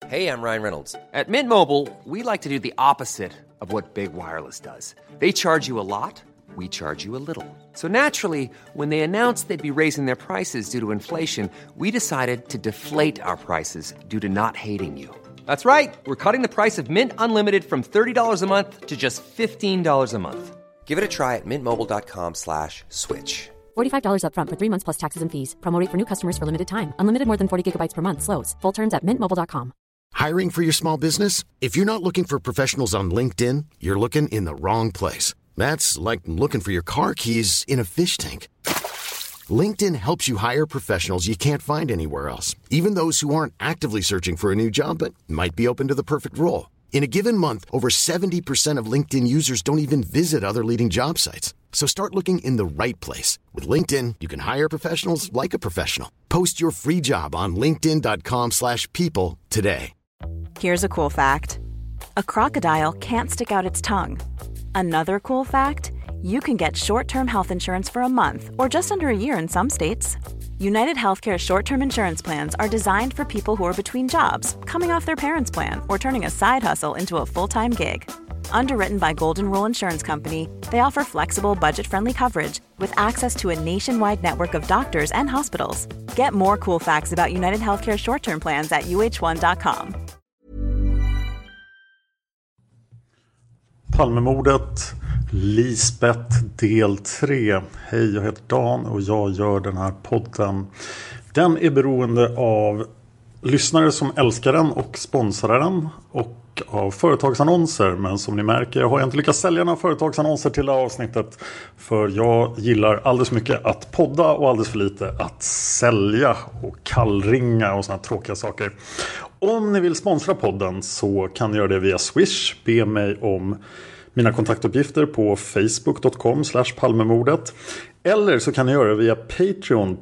Hey, I'm Ryan Reynolds. At Mint Mobile, we like to do the opposite of what Big Wireless does. They charge you a lot, we charge you a little. So naturally, when they announced they'd be raising their prices due to inflation, we decided to deflate our prices due to not hating you. That's right. We're cutting the price of Mint Unlimited from $30 a month to just $15 a month. Give it a try at mintmobile.com/switch. $45 up front for 3 months plus taxes and fees. Promo rate for new customers for limited time. Unlimited more than 40 gigabytes per month slows. Full terms at mintmobile.com. Hiring for your small business? If you're not looking for professionals on LinkedIn, you're looking in the wrong place. That's like looking for your car keys in a fish tank. LinkedIn helps you hire professionals you can't find anywhere else, even those who aren't actively searching for a new job but might be open to the perfect role. In a given month, over 70% of LinkedIn users don't even visit other leading job sites. So start looking in the right place. With LinkedIn, you can hire professionals like a professional. Post your free job on linkedin.com/people today. Here's a cool fact. A crocodile can't stick out its tongue. Another cool fact, you can get short-term health insurance for a month or just under a year in some states. United Healthcare short-term insurance plans are designed for people who are between jobs, coming off their parents' plan, or turning a side hustle into a full-time gig. Underwritten by Golden Rule Insurance Company, they offer flexible, budget-friendly coverage with access to a nationwide network of doctors and hospitals. Get more cool facts about United Healthcare short-term plans at uh1.com. Palmemordet, Lisbeth del 3. Hej, jag heter Dan och jag gör den här podden. Den är beroende av lyssnare som älskar den och sponsrar den och av företagsannonser. Men som ni märker, jag har inte lyckats sälja några företagsannonser till det här avsnittet. För jag gillar alldeles mycket att podda och alldeles för lite att sälja och kallringa och såna tråkiga saker. Om ni vill sponsra podden så kan ni göra det via Swish. Be mig om mina kontaktuppgifter på facebook.com/palmemordet. Eller så kan ni göra det via Patreon,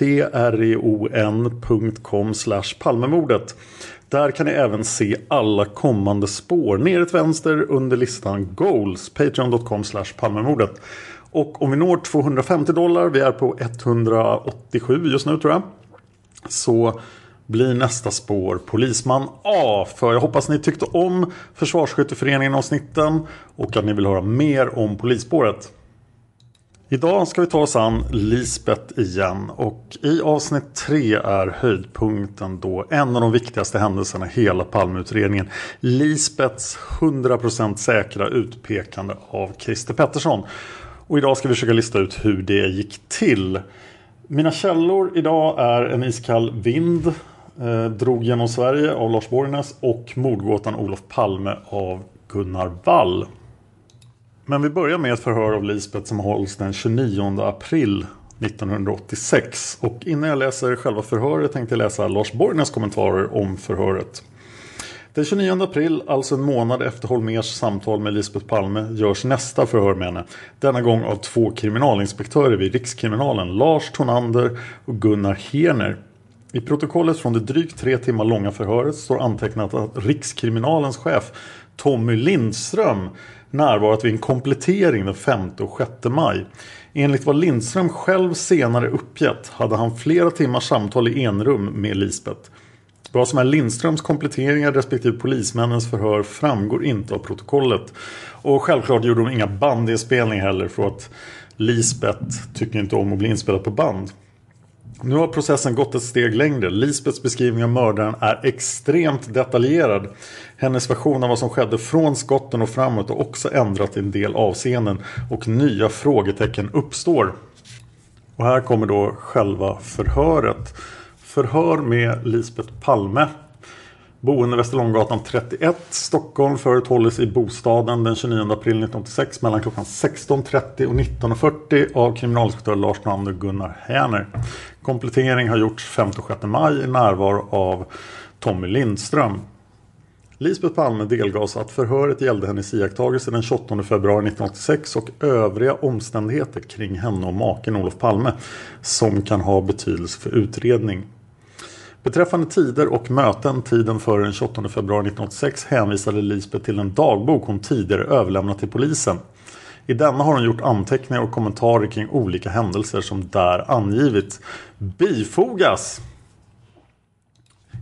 patreon.com/palmemordet. Där kan ni även se alla kommande spår nere till vänster under listan Goals, patreon.com/palmemordet. Och om vi når $250, vi är på 187 just nu tror jag, så blir nästa spår Polisman A. För jag hoppas ni tyckte om Försvarsskytteföreningen avsnitten och att ni vill höra mer om polisspåret. Idag ska vi ta oss an Lisbeth igen, och i avsnitt 3 är höjdpunkten då en av de viktigaste händelserna i hela Palmeutredningen, Lisbeths 100% säkra utpekande av Christer Pettersson. Och idag ska vi försöka lista ut hur det gick till. Mina källor idag är En iskall vind, Drog genom Sverige av Lars Borgnäs och Mordgåtan Olof Palme av Gunnar Wall. Men vi börjar med ett förhör av Lisbeth som hålls den 29 april 1986. Och innan jag läser själva förhöret tänkte jag läsa Lars Borgnäs kommentarer om förhöret. Den 29 april, alltså en månad efter Holmers samtal med Lisbeth Palme, görs nästa förhör med henne. Denna gång av 2 kriminalinspektörer vid Rikskriminalen, Lars Tonander och Gunnar Herner. I protokollet från det drygt 3 timmar långa förhöret står antecknat att Rikskriminalens chef Tommy Lindström närvarat vid en komplettering den 5 och 6 maj. Enligt vad Lindström själv senare uppgett hade han flera timmars samtal i enrum med Lisbeth. Vad som är Lindströms kompletteringar respektive polismännens förhör framgår inte av protokollet. Och självklart gjorde de inga bandinspelningar heller, för att Lisbeth tycker inte om att bli inspelad på band. Nu har processen gått ett steg längre. Lisbeths beskrivning av mördaren är extremt detaljerad. Hennes version av vad som skedde från skotten och framåt har också ändrat en del avseenden och nya frågetecken uppstår. Och här kommer då själva förhöret. Förhör med Lisbeth Palme. Boende Västerlånggatan 31, Stockholm. Förhöret hålls i bostaden den 29 april 1986 mellan klockan 16.30 och 19.40 av kriminalinspektör Lars Tonander och Gunnar Herner. Komplettering har gjorts 5 och 6 maj i närvaro av Tommy Lindström. Lisbeth Palme delgavs att förhöret gällde hennes iakttagelse den 28 februari 1986 och övriga omständigheter kring henne och maken Olof Palme som kan ha betydelse för utredning. Beträffande tider och möten tiden före den 28 februari 1986 hänvisade Lisbeth till en dagbok hon tidigare överlämnat till polisen. I denna har hon gjort anteckningar och kommentarer kring olika händelser som där angivits. Bifogas!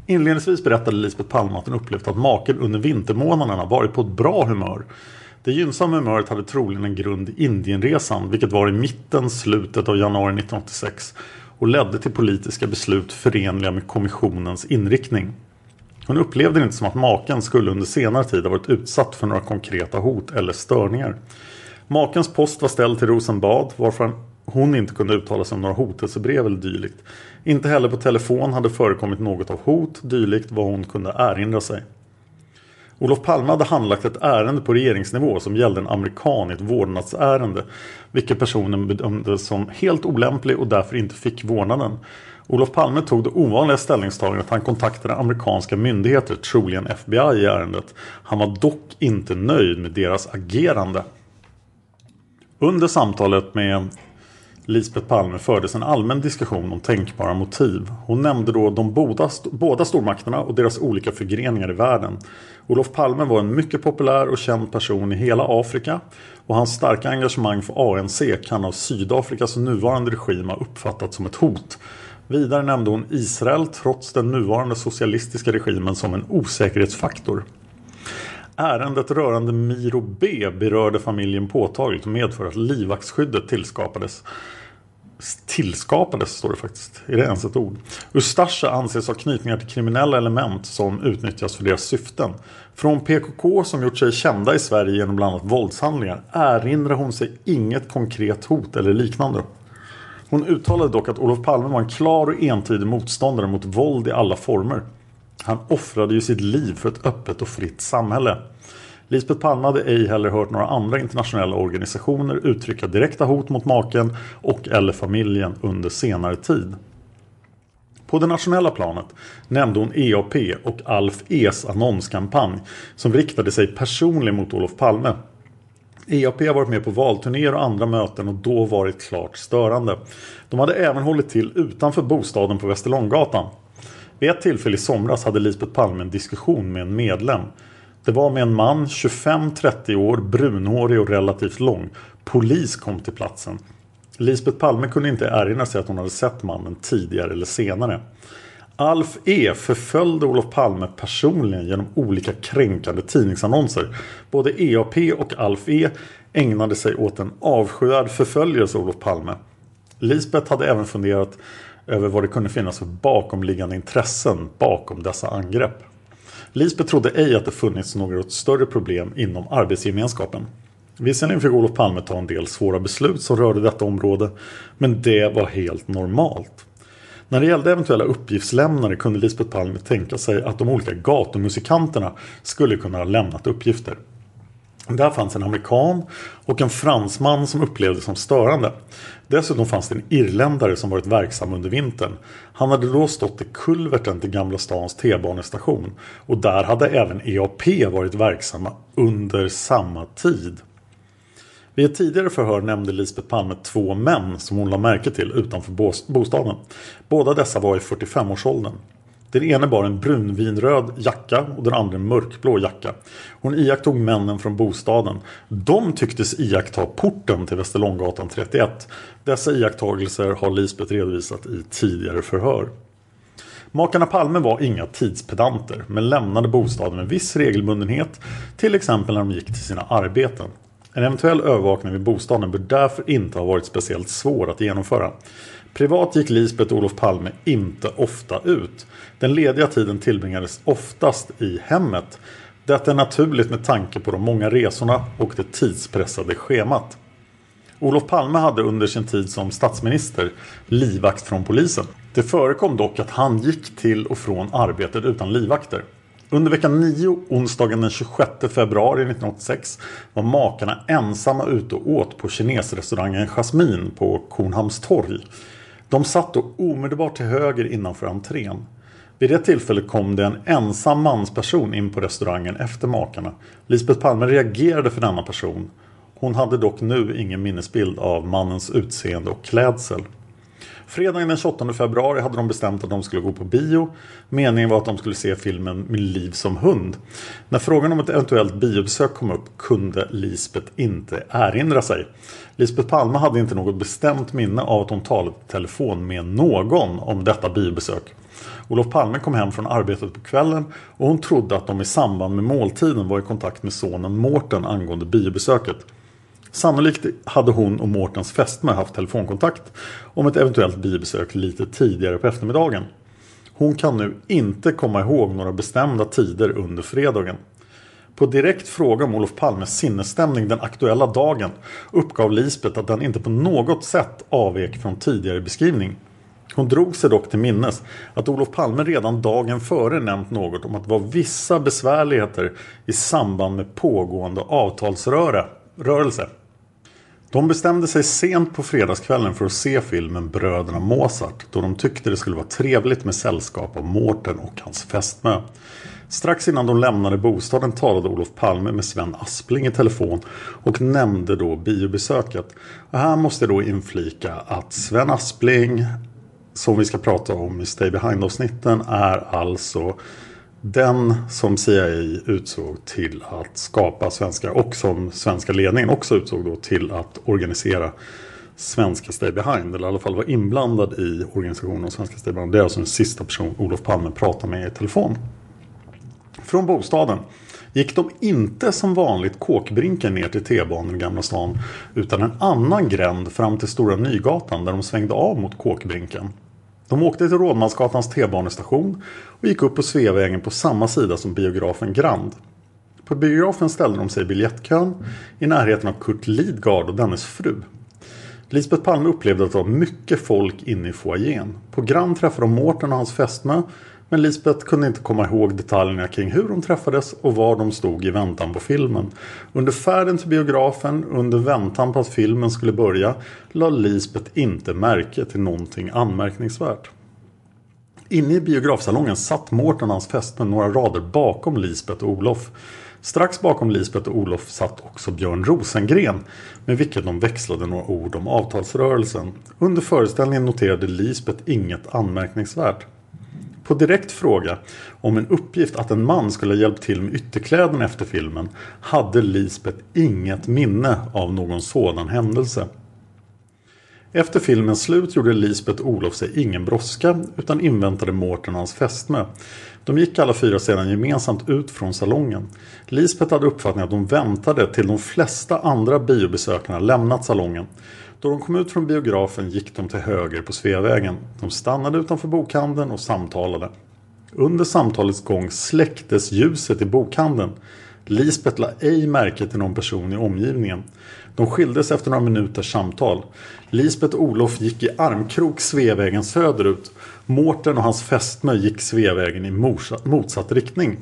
Inledningsvis berättade Lisbeth Palme att hon upplevt att maken under vintermånaderna varit på ett bra humör. Det gynnsamma humöret hade troligen en grund i Indienresan, vilket var i slutet av januari 1986 och ledde till politiska beslut förenliga med kommissionens inriktning. Hon upplevde det inte som att maken skulle under senare tid ha varit utsatt för några konkreta hot eller störningar. Makens post var ställd till Rosenbad, varför hon inte kunde uttala sig om några hotelsebrev eller dylikt. Inte heller på telefon hade förekommit något av hot, dylikt vad hon kunde erinra sig. Olof Palme hade handlagt ett ärende på regeringsnivå som gällde en amerikan i ett vårdnadsärende, vilket personen bedömde som helt olämplig och därför inte fick vårdnaden. Olof Palme tog det ovanliga ställningstagandet att han kontaktade amerikanska myndigheter, troligen FBI, i ärendet. Han var dock inte nöjd med deras agerande. Under samtalet med Lisbeth Palme fördes en allmän diskussion om tänkbara motiv. Hon nämnde då de båda stormakterna och deras olika förgreningar i världen. Olof Palme var en mycket populär och känd person i hela Afrika, och hans starka engagemang för ANC kan av Sydafrikas nuvarande regim ha uppfattats som ett hot. Vidare nämnde hon Israel trots den nuvarande socialistiska regimen som en osäkerhetsfaktor. Ärendet rörande Miro B berörde familjen påtagligt och medför att livvaktsskyddet tillskapades står det faktiskt. Är det ens ett ord? Ustasja anses ha knytningar till kriminella element som utnyttjas för deras syften. Från PKK, som gjort sig kända i Sverige genom bland annat våldshandlingar, erinrar hon sig inget konkret hot eller liknande. Hon uttalade dock att Olof Palme var en klar och entydig motståndare mot våld i alla former. Han offrade ju sitt liv för ett öppet och fritt samhälle. Lisbeth Palme hade ej heller hört några andra internationella organisationer uttrycka direkta hot mot maken och eller familjen under senare tid. På det nationella planet nämnde hon EAP och Alf E's annonskampanj som riktade sig personligen mot Olof Palme. EAP har varit med på valturnéer och andra möten och då varit klart störande. De hade även hållit till utanför bostaden på Västerlånggatan. Vid ett tillfälle i somras hade Lisbeth Palme en diskussion med en medlem. Det var med en man, 25-30 år, brunhårig och relativt lång. Polis kom till platsen. Lisbeth Palme kunde inte erinra sig att hon hade sett mannen tidigare eller senare. Alf E förföljde Olof Palme personligen genom olika kränkande tidningsannonser. Både EAP och Alf E ägnade sig åt en avskyvärd förföljelse av Olof Palme. Lisbeth hade även funderat över vad det kunde finnas för bakomliggande intressen bakom dessa angrepp. Lisbeth trodde ej att det funnits något större problem inom arbetsgemenskapen. Visserligen fick Olof Palme ta en del svåra beslut som rörde detta område, men det var helt normalt. När det gällde eventuella uppgiftslämnare kunde Lisbeth Palme tänka sig att de olika gatumusikanterna skulle kunna ha lämnat uppgifter. Där fanns en amerikan och en fransman som upplevdes som störande. Dessutom fanns det en irländare som varit verksam under vintern. Han hade då stått i kulverten till Gamla stans T-banestation, och där hade även EAP varit verksamma under samma tid. Vid ett tidigare förhör nämnde Lisbeth Palme 2 män som hon la märke till utanför bostaden. Båda dessa var i 45-årsåldern. Den ene bar en brunvinröd jacka och den andra en mörkblå jacka. Hon iakttog männen från bostaden. De tycktes iaktta porten till Västerlånggatan 31. Dessa iakttagelser har Lisbeth redovisat i tidigare förhör. Makarna Palme var inga tidspedanter, men lämnade bostaden med viss regelbundenhet, till exempel när de gick till sina arbeten. En eventuell övervakning vid bostaden bör därför inte ha varit speciellt svår att genomföra. Privat gick Lisbeth och Olof Palme inte ofta ut. Den lediga tiden tillbringades oftast i hemmet. Detta är naturligt med tanke på de många resorna och det tidspressade schemat. Olof Palme hade under sin tid som statsminister livvakt från polisen. Det förekom dock att han gick till och från arbetet utan livvakter. Under veckan 9, onsdagen den 26 februari 1986, var makarna ensamma ute och åt på kinesrestaurangen Jasmin på Kornhamns torg. De satt då omedelbart till höger innanför entrén. Vid det tillfället kom det en ensam mansperson in på restaurangen efter makarna. Lisbeth Palme reagerade för denna person. Hon hade dock nu ingen minnesbild av mannens utseende och klädsel. Fredagen den 28 februari hade de bestämt att de skulle gå på bio. Meningen var att de skulle se filmen Mitt liv som hund. När frågan om ett eventuellt biobesök kom upp kunde Lisbeth inte erinra sig. Lisbeth Palme hade inte något bestämt minne av att hon talade i telefon med någon om detta biobesök. Olof Palme kom hem från arbetet på kvällen och hon trodde att de i samband med måltiden var i kontakt med sonen Mårten angående biobesöket. Sannolikt hade hon och Mårtens fästmö haft telefonkontakt om ett eventuellt biobesök lite tidigare på eftermiddagen. Hon kan nu inte komma ihåg några bestämda tider under fredagen. På direkt fråga om Olof Palmes sinnesstämning den aktuella dagen uppgav Lisbeth att den inte på något sätt avvek från tidigare beskrivning. Hon drog sig dock till minnes att Olof Palme redan dagen före nämnt något om att det var vissa besvärligheter i samband med pågående avtalsrörelse. De bestämde sig sent på fredagskvällen för att se filmen Bröderna Mozart, då de tyckte det skulle vara trevligt med sällskap av Mårten och hans fästmö. Strax innan de lämnade bostaden talade Olof Palme med Sven Aspling i telefon och nämnde då biobesöket. Och här måste jag då inflika att Sven Aspling, som vi ska prata om i Stay Behind-avsnitten, är alltså den som CIA utsåg till att skapa svenska, och som svenska ledningen också utsåg då till att organisera svenska Stay Behind, eller i alla fall var inblandad i organisationen av svenska Stay Behind. Det är alltså den sista person Olof Palme pratar med i telefon. Från bostaden gick de inte som vanligt Kåkbrinken ner till T-banan i Gamla stan, utan en annan gränd fram till Stora Nygatan där de svängde av mot Kåkbrinken. De åkte till Rådmansgatans T-banestation och gick upp på Sveavägen på samma sida som biografen Grand. På biografen ställde de sig i biljettkön i närheten av Kurt Lidgard och dennes fru. Lisbeth Palme upplevde att det var mycket folk inne i foajén. På Grand träffade de Mårten och hans fästmö, men Lisbeth kunde inte komma ihåg detaljerna kring hur de träffades och var de stod i väntan på filmen. Under färden till biografen, under väntan på att filmen skulle börja, la Lisbeth inte märke till någonting anmärkningsvärt. Inne i biografsalongen satt Mårten och hans fästmö några rader bakom Lisbeth och Olof. Strax bakom Lisbeth och Olof satt också Björn Rosengren, med vilket de växlade några ord om avtalsrörelsen. Under föreställningen noterade Lisbeth inget anmärkningsvärt. På direkt fråga om en uppgift att en man skulle ha hjälpt till med ytterkläderna efter filmen hade Lisbeth inget minne av någon sådan händelse. Efter filmens slut gjorde Lisbeth och Olof sig ingen brådska utan inväntade Mårten och hans fästmö. De gick alla fyra sedan gemensamt ut från salongen. Lisbeth hade uppfattningen att de väntade till de flesta andra biobesökarna lämnat salongen. Då de kom ut från biografen gick de till höger på Sveavägen. De stannade utanför bokhandeln och samtalade. Under samtalets gång släcktes ljuset i bokhandeln. Lisbeth la ej märke till någon person i omgivningen. De skildes efter några minuters samtal. Lisbeth och Olof gick i armkrok Sveavägen söderut. Mårten och hans fästmö gick Sveavägen i motsatt riktning.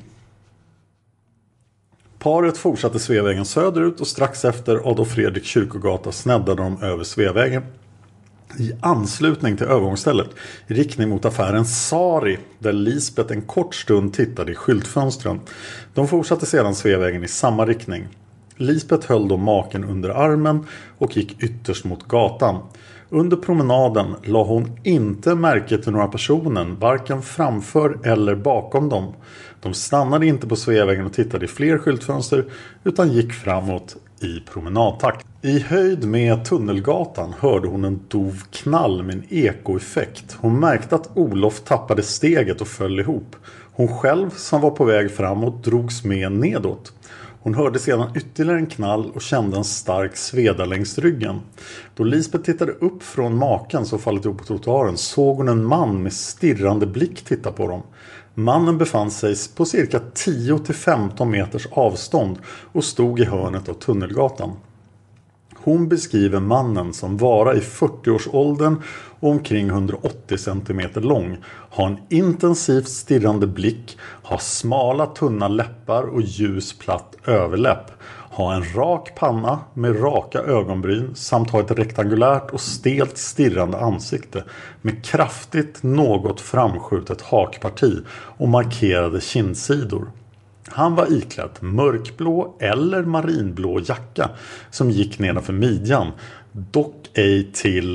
Paret fortsatte Sveavägen söderut och strax efter Adolf Fredrik kyrkogata sneddade de över Sveavägen i anslutning till övergångsstället i riktning mot affären Sari, där Lisbeth en kort stund tittade i skyltfönstren. De fortsatte sedan Sveavägen i samma riktning. Lisbeth höll då maken under armen och gick ytterst mot gatan. Under promenaden la hon inte märke till några personer, varken framför eller bakom dem. De stannade inte på Sveavägen och tittade i fler skyltfönster utan gick framåt i promenadtakt. I höjd med Tunnelgatan hörde hon en dov knall med en ekoeffekt. Hon märkte att Olof tappade steget och föll ihop. Hon själv, som var på väg framåt, drogs med nedåt. Hon hörde sedan ytterligare en knall och kände en stark sveda längs ryggen. Då Lisbeth tittade upp från maken som fallit ihop på trottoaren såg hon en man med stirrande blick titta på dem. Mannen befann sig på cirka 10-15 meters avstånd och stod i hörnet av Tunnelgatan. Hon beskriver mannen som var i 40-årsåldern och omkring 180 cm lång, har en intensivt stirrande blick, har smala tunna läppar och ljus platt överläpp, har en rak panna med raka ögonbryn samt har ett rektangulärt och stelt stirrande ansikte med kraftigt något framskjutet hakparti och markerade kindsidor. Han var iklädd mörkblå eller marinblå jacka som gick nedanför midjan, dock ej till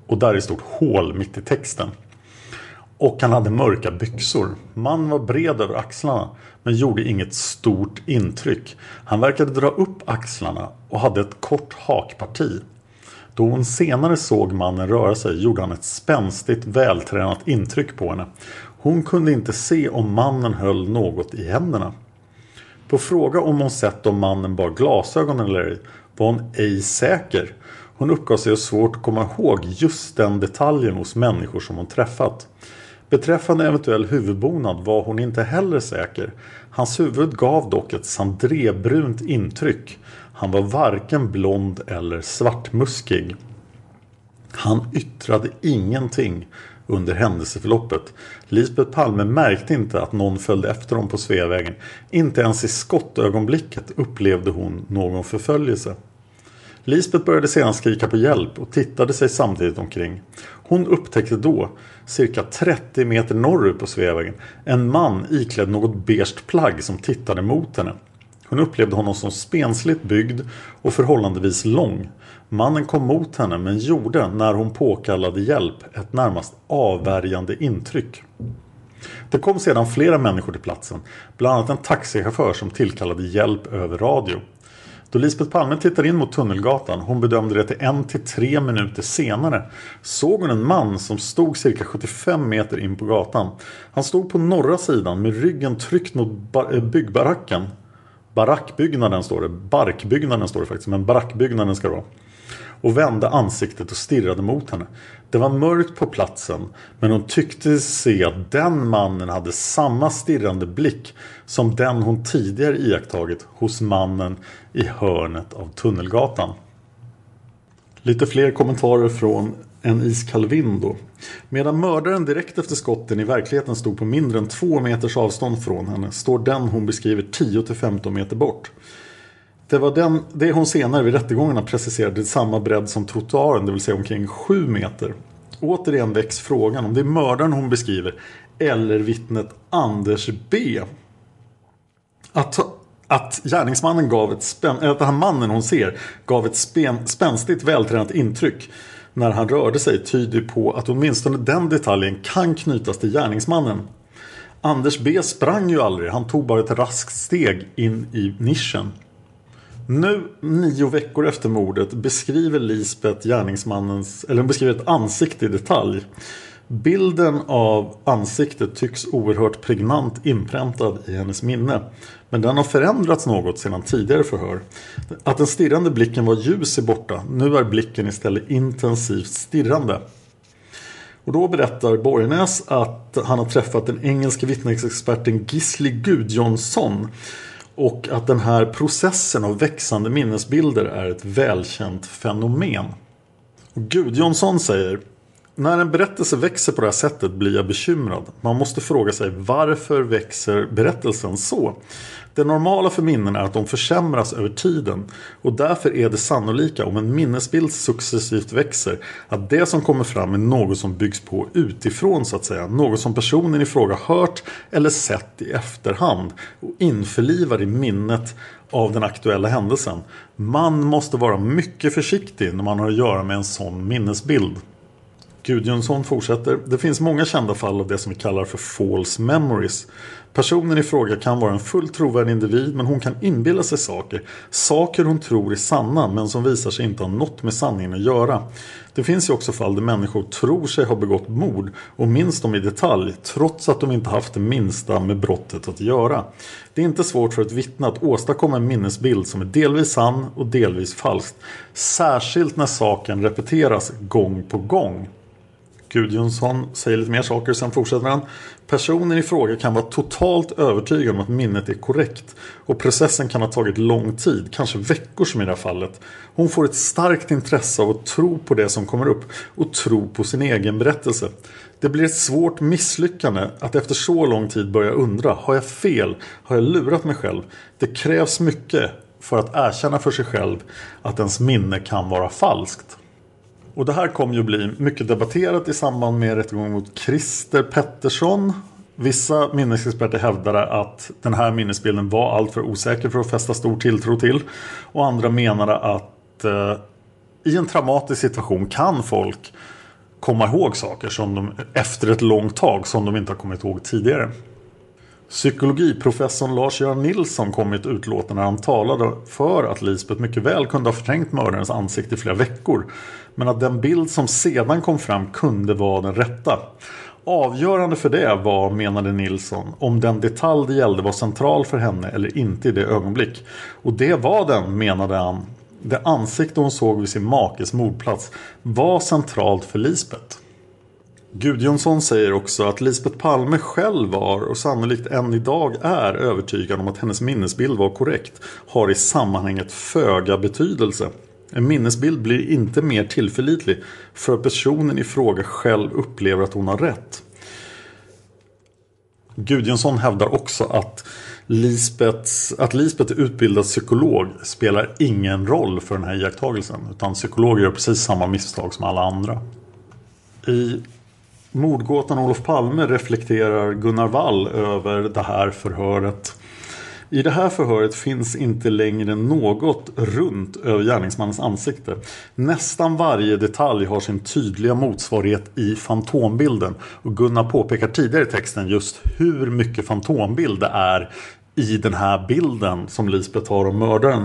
och där är ett stort hål mitt i texten. Och han hade mörka byxor. Mannen var bred över axlarna men gjorde inget stort intryck. Han verkade dra upp axlarna och hade ett kort hakparti. Då hon senare såg mannen röra sig gjorde han ett spänstigt, vältränat intryck på henne. Hon kunde inte se om mannen höll något i händerna. På fråga om hon sett om mannen bar glasögon eller ej var hon ej säker. Hon uppgav sig ha svårt att komma ihåg just den detaljen hos människor som hon träffat. Beträffande eventuell huvudbonad var hon inte heller säker. Hans huvud gav dock ett sandrébrunt intryck. Han var varken blond eller svartmuskig. Han yttrade ingenting under händelseförloppet. Lisbeth Palme märkte inte att någon följde efter dem på Sveavägen. Inte ens i skottögonblicket upplevde hon någon förföljelse. Lisbeth började sedan skrika på hjälp och tittade sig samtidigt omkring. Hon upptäckte då, cirka 30 meter norrut på Sveavägen, en man iklädd något beige plagg som tittade mot henne. Hon upplevde honom som spensligt byggd och förhållandevis lång. Mannen kom mot henne men gjorde, när hon påkallade hjälp, ett närmast avvärjande intryck. Det kom sedan flera människor till platsen, bland annat en taxichaufför som tillkallade hjälp över radio. Då Lisbeth Palme tittade in mot Tunnelgatan, hon bedömde det till 1-3 minuter senare, såg hon en man som stod cirka 75 meter in på gatan. Han stod på norra sidan med ryggen tryckt mot byggbaracken. Barackbyggnaden står det. Barkbyggnaden står det faktiskt, men barackbyggnaden ska det vara. Och vände ansiktet och stirrade mot henne. Det var mörkt på platsen, men hon tyckte se att den mannen hade samma stirrande blick som den hon tidigare iakttagit hos mannen i hörnet av Tunnelgatan. Lite fler kommentarer från En iskall vind då. Medan mördaren direkt efter skotten i verkligheten stod på mindre än 2 meters avstånd från henne, står den hon beskriver 10-15 meter bort. Det var det hon senare vid rättegångarna preciserade samma bredd som trottoaren, det vill säga omkring 7 meter. Återigen väcks frågan om det är mördaren hon beskriver eller vittnet Anders B. Att gärningsmannen gav att den här mannen hon ser gav ett spänstigt vältränat intryck när han rörde sig tyder på att åtminstone den detaljen kan knytas till gärningsmannen. Anders B sprang ju aldrig, han tog bara ett raskt steg in i nischen. Nu 9 veckor efter mordet beskriver Lisbeth beskriver ett ansikte i detalj. Bilden av ansiktet tycks oerhört pregnant inpräntad i hennes minne. Men den har förändrats något sedan tidigare förhör. Att den stirrande blicken var ljus är borta. Nu är blicken istället intensivt stirrande. Och då berättar Borgnäs att han har träffat den engelska vittnesexperten Gisli Gudjonsson. Och att den här processen av växande minnesbilder är ett välkänt fenomen. Och Gudjonsson säger: när en berättelse växer på det här sättet blir jag bekymrad. Man måste fråga sig, varför växer berättelsen så? Det normala för minnen är att de försämras över tiden. Och därför är det sannolika, om en minnesbild successivt växer, att det som kommer fram är något som byggs på utifrån så att säga. Något som personen i fråga hört eller sett i efterhand och införlivar i minnet av den aktuella händelsen. Man måste vara mycket försiktig när man har att göra med en sån minnesbild. Gudjonsson fortsätter: det finns många kända fall av det som vi kallar för false memories. Personen i fråga kan vara en fullt trovärdig individ, men hon kan inbilla sig saker hon tror är sanna men som visar sig inte ha något med sanningen att göra. Det finns ju också fall där människor tror sig ha begått mord och minns dem i detalj trots att de inte haft det minsta med brottet att göra. Det är inte svårt för ett vittne att åstadkomma en minnesbild som är delvis sann och delvis falsk, särskilt när saken repeteras gång på gång. Gudjonsson säger lite mer saker, sen fortsätter han: personen i fråga kan vara totalt övertygad om att minnet är korrekt och processen kan ha tagit lång tid, kanske veckor som i det här fallet. Hon får ett starkt intresse av att tro på det som kommer upp och tro på sin egen berättelse. Det blir ett svårt misslyckande att efter så lång tid börja undra: har jag fel? Har jag lurat mig själv? Det krävs mycket för att erkänna för sig själv att ens minne kan vara falskt. Och det här kommer ju bli mycket debatterat i samband med rättegången mot Christer Pettersson. Vissa minnesexperter hävdade att den här minnesbilden var allt för osäker för att fästa stor tilltro till. Och andra menade att i en traumatisk situation kan folk komma ihåg saker som de, efter ett långt tag som de inte har kommit ihåg tidigare. Psykologiprofessorn Lars-Göran Nilsson kom i ett utlåtande när han talade för att Lisbeth mycket väl kunde ha förträngt mördarens ansikte i flera veckor, men att den bild som sedan kom fram kunde vara den rätta. Avgörande för det var, menade Nilsson, om den detalj det gällde var central för henne eller inte i det ögonblick. Och det var den, menade han. Det ansikte hon såg vid sin makes mordplats var centralt för Lisbeth. Gudjonsson säger också att Lisbeth Palme själv var och sannolikt än idag är övertygad om att hennes minnesbild var korrekt, har i sammanhanget föga betydelse. En minnesbild blir inte mer tillförlitlig för personen i fråga själv upplever att hon har rätt. Gudjonsson hävdar också att Lisbeth är utbildad psykolog spelar ingen roll för den här iakttagelsen, utan psykologer gör precis samma misstag som alla andra. I mordgåtan Olof Palme reflekterar Gunnar Wall över det här förhöret. I det här förhöret finns inte längre något runt över gärningsmannens ansikte. Nästan varje detalj har sin tydliga motsvarighet i fantombilden. Och Gunnar påpekar tidigare i texten just hur mycket fantombild det är i den här bilden som Lisbeth har om mördaren.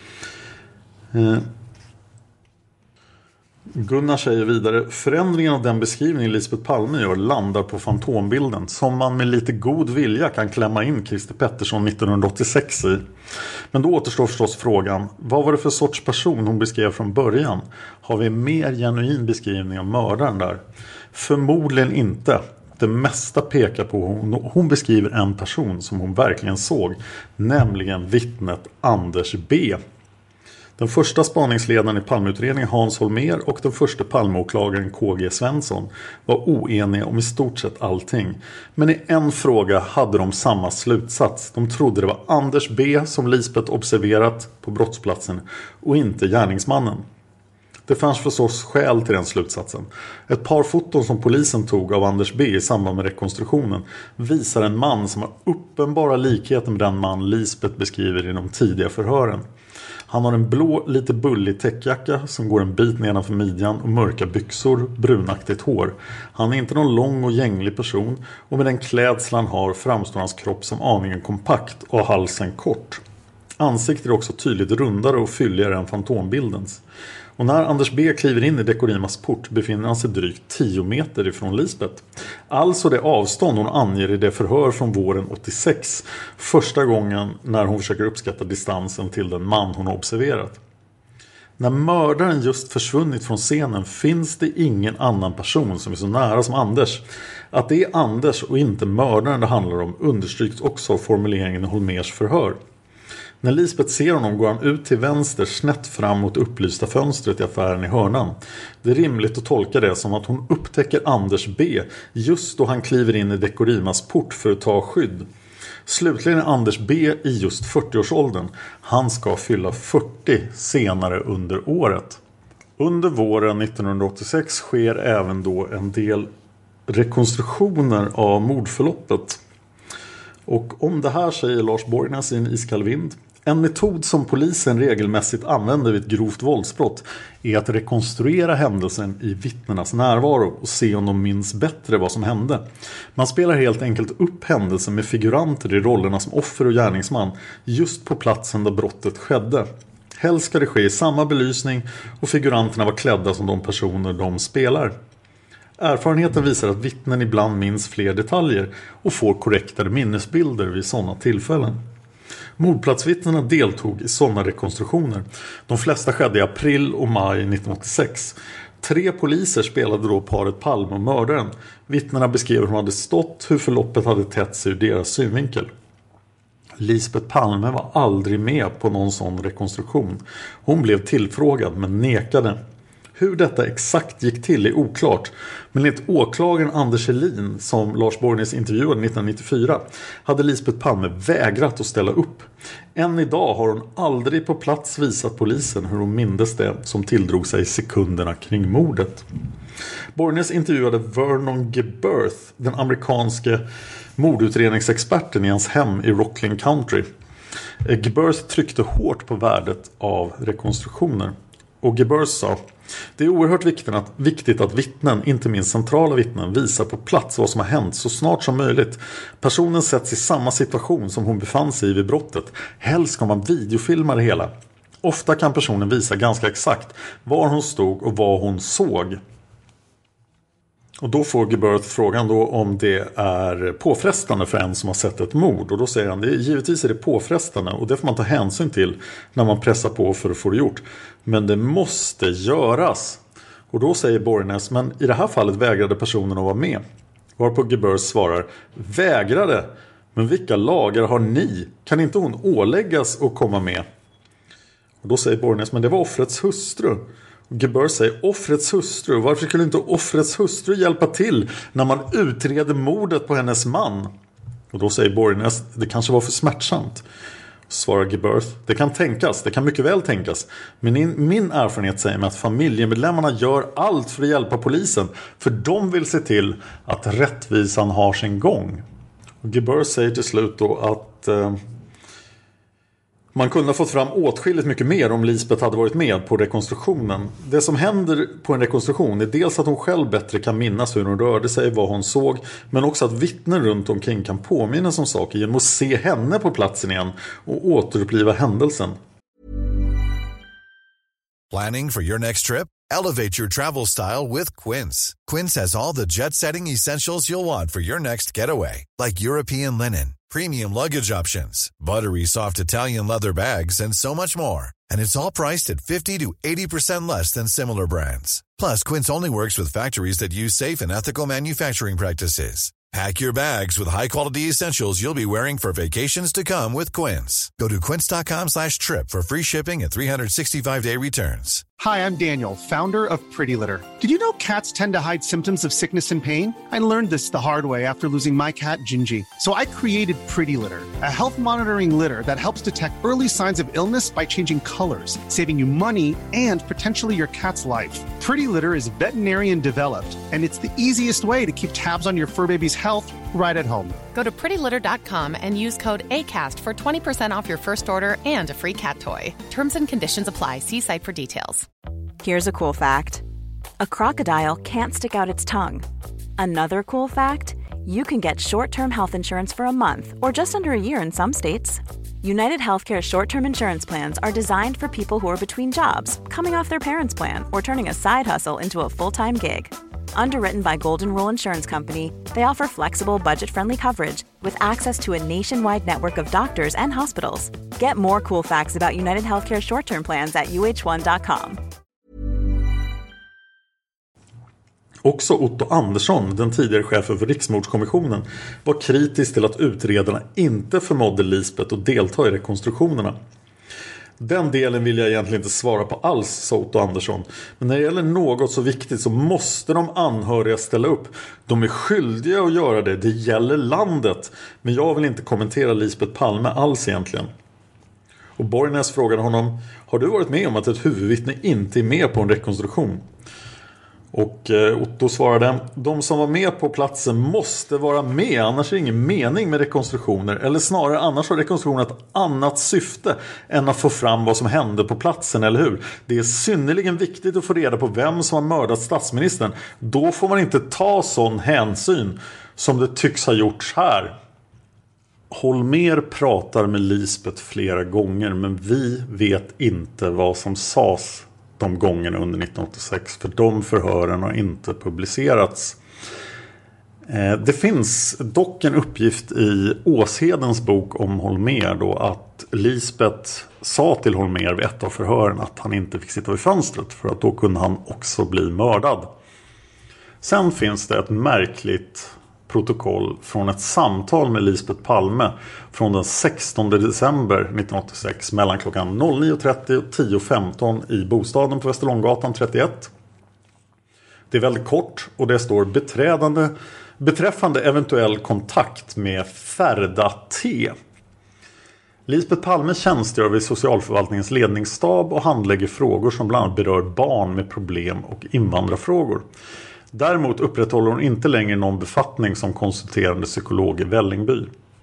Gunnar säger vidare: förändringen av den beskrivning Lisbeth Palme gör landar på fantombilden som man med lite god vilja kan klämma in Christer Pettersson 1986 i. Men då återstår förstås frågan, vad var det för sorts person hon beskrev från början? Har vi en mer genuin beskrivning av mördaren där? Förmodligen inte. Det mesta pekar på hon beskriver en person som hon verkligen såg, nämligen vittnet Anders B. Den första spaningsledaren i Palmeutredningen, Hans Holmér, och den första Palmeåklagaren KG Svensson var oeniga om i stort sett allting. Men i en fråga hade de samma slutsats. De trodde det var Anders B som Lisbeth observerat på brottsplatsen och inte gärningsmannen. Det fanns förstås skäl till den slutsatsen. Ett par foton som polisen tog av Anders B i samband med rekonstruktionen visar en man som har uppenbara likheter med den man Lisbeth beskriver i de tidiga förhören. Han har en blå, lite bullig täckjacka som går en bit nedanför midjan och mörka byxor, brunaktigt hår. Han är inte någon lång och gänglig person och med den klädsel han har framstår hans kropp som aningen kompakt och halsen kort. Ansiktet är också tydligt rundare och fylligare än fantombildens. Och när Anders B kliver in i Dekorimas port befinner han sig drygt 10 meter ifrån Lisbeth. Alltså det avstånd hon anger i det förhör från våren 86. Första gången när hon försöker uppskatta distansen till den man hon har observerat. När mördaren just försvunnit från scenen finns det ingen annan person som är så nära som Anders. Att det är Anders och inte mördaren det handlar om understryks också av formuleringen i Holmers förhör. När Lisbeth ser honom går han ut till vänster snett fram mot upplysta fönstret i affären i hörnan. Det är rimligt att tolka det som att hon upptäcker Anders B just då han kliver in i Dekorimas port för att ta skydd. Slutligen är Anders B i just 40-årsåldern. Han ska fylla 40 senare under året. Under våren 1986 sker även då en del rekonstruktioner av mordförloppet. Och om det här säger Lars Borgnäs i En iskall vind: en metod som polisen regelmässigt använder vid ett grovt våldsbrott är att rekonstruera händelsen i vittnenas närvaro och se om de minns bättre vad som hände. Man spelar helt enkelt upp händelsen med figuranter i rollerna som offer och gärningsman just på platsen där brottet skedde. Helst ska det ske i samma belysning och figuranterna var klädda som de personer de spelar. Erfarenheten visar att vittnen ibland minns fler detaljer och får korrektare minnesbilder vid sådana tillfällen. Mordplatsvittnena deltog i sådana rekonstruktioner. De flesta skedde i april och maj 1986. 3 poliser spelade då paret Palme och mördaren. Vittnena beskrev hur de hade stått, hur förloppet hade tätt sig ur deras synvinkel. Lisbeth Palme var aldrig med på någon sån rekonstruktion. Hon blev tillfrågad men nekade. Hur detta exakt gick till är oklart, men enligt åklagaren Anders Helin, som Lars Borgnäs intervjuade 1994, hade Lisbeth Palme vägrat att ställa upp. Än idag har hon aldrig på plats visat polisen hur hon mindes det som tilldrog sig sekunderna kring mordet. Borgnäs intervjuade Vernon Geberth, den amerikanske mordutredningsexperten, i hans hem i Rockland County. Geberth tryckte hårt på värdet av rekonstruktioner. Och Gebers sa: det är oerhört viktigt att vittnen, inte minst centrala vittnen, visar på plats vad som har hänt så snart som möjligt. Personen sätts i samma situation som hon befann sig i vid brottet. Helst ska man videofilma det hela. Ofta kan personen visa ganska exakt var hon stod och vad hon såg. Och då får Gebert frågan då om det är påfrestande för en som har sett ett mord. Och då säger han: givetvis är det påfrestande och det får man ta hänsyn till när man pressar på för att få det gjort. Men det måste göras. Och då säger Borgnäs: men i det här fallet vägrade personen att vara med. Varpå Gebert svarar: vägrade? Men vilka lagar har ni? Kan inte hon åläggas att komma med? Och då säger Borgnäs: men det var offrets hustru. Och Gebers säger: offrets hustru? Varför skulle inte offrets hustru hjälpa till när man utreder mordet på hennes man? Och då säger Borgnäs: det kanske var för smärtsamt. Svarar Gebers: det kan tänkas, det kan mycket väl tänkas. Men min erfarenhet säger mig att familjemedlemmarna gör allt för att hjälpa polisen. För de vill se till att rättvisan har sin gång. Och Gebers säger till slut då att man kunde ha fått fram åtskilligt mycket mer om Lisbeth hade varit med på rekonstruktionen. Det som händer på en rekonstruktion är dels att hon själv bättre kan minnas hur hon rörde sig, vad hon såg, men också att vittnen runt omkring kan påminnas om saker genom att se henne på platsen igen och återuppliva händelsen. Planning for your next trip? Elevate your travel style with Quince. Quince has all the jet-setting essentials you'll want for your next getaway, like European linen, premium luggage options, buttery soft Italian leather bags, and so much more. And it's all priced at 50 to 80% less than similar brands. Plus, Quince only works with factories that use safe and ethical manufacturing practices. Pack your bags with high-quality essentials you'll be wearing for vacations to come with Quince. Go to quince.com/trip for free shipping and 365-day returns. Hi, I'm Daniel, founder of Pretty Litter. Did you know cats tend to hide symptoms of sickness and pain? I learned this the hard way after losing my cat, Gingy. So I created Pretty Litter, a health monitoring litter that helps detect early signs of illness by changing colors, saving you money and potentially your cat's life. Pretty Litter is veterinarian developed, and it's the easiest way to keep tabs on your fur baby's health right at home. Go to prettylitter.com and use code ACAST for 20% off your first order and a free cat toy. Terms and conditions apply. See site for details. Here's a cool fact. A crocodile can't stick out its tongue. Another cool fact, you can get short-term health insurance for a month or just under a year in some states. United Healthcare short-term insurance plans are designed for people who are between jobs, coming off their parents' plan, or turning a side hustle into a full-time gig. Underwritten by Golden Rule Insurance Company, they offer flexible, budget-friendly coverage with access to a nationwide network of doctors and hospitals. Get more cool facts about United Healthcare short-term plans at uh1.com. Också Otto Andersson, den tidigare chefen för Riksmordskommissionen, var kritisk till att utredarna inte förmådde Lisbeth att delta i rekonstruktionerna. Den delen vill jag egentligen inte svara på alls, sa Otto Andersson. Men när det gäller något så viktigt så måste de anhöriga ställa upp. De är skyldiga att göra det, det gäller landet. Men jag vill inte kommentera Lisbeth Palme alls egentligen. Och Borgnäs frågade honom: har du varit med om att ett huvudvittne inte är med på en rekonstruktion? Och Otto svarade: de som var med på platsen måste vara med, annars är det ingen mening med rekonstruktioner. Eller snarare, annars har rekonstruktionen ett annat syfte än att få fram vad som hände på platsen, eller hur? Det är synnerligen viktigt att få reda på vem som har mördat statsministern. Då får man inte ta sån hänsyn som det tycks ha gjorts här. Holmér pratar med Lisbeth flera gånger, men vi vet inte vad som sades de gångerna under 1986, för de förhören har inte publicerats. Det finns dock en uppgift i Åshedens bok om Holmér då, att Lisbeth sa till Holmér vid ett av förhören att han inte fick sitta vid fönstret, för att då kunde han också bli mördad. Sen finns det ett märkligt protokoll från ett samtal med Lisbeth Palme från den 16 december 1986 mellan klockan 09.30 och 10.15 i bostaden på Västerlånggatan 31. Det är väldigt kort och det står beträffande eventuell kontakt med Ferda T. Lisbeth Palme tjänstgör vid socialförvaltningens ledningsstab och handlägger frågor som bland annat berör barn med problem och invandrarfrågor. Däremot upprätthåller hon inte längre någon befattning som konsulterande psykolog i Vällingby.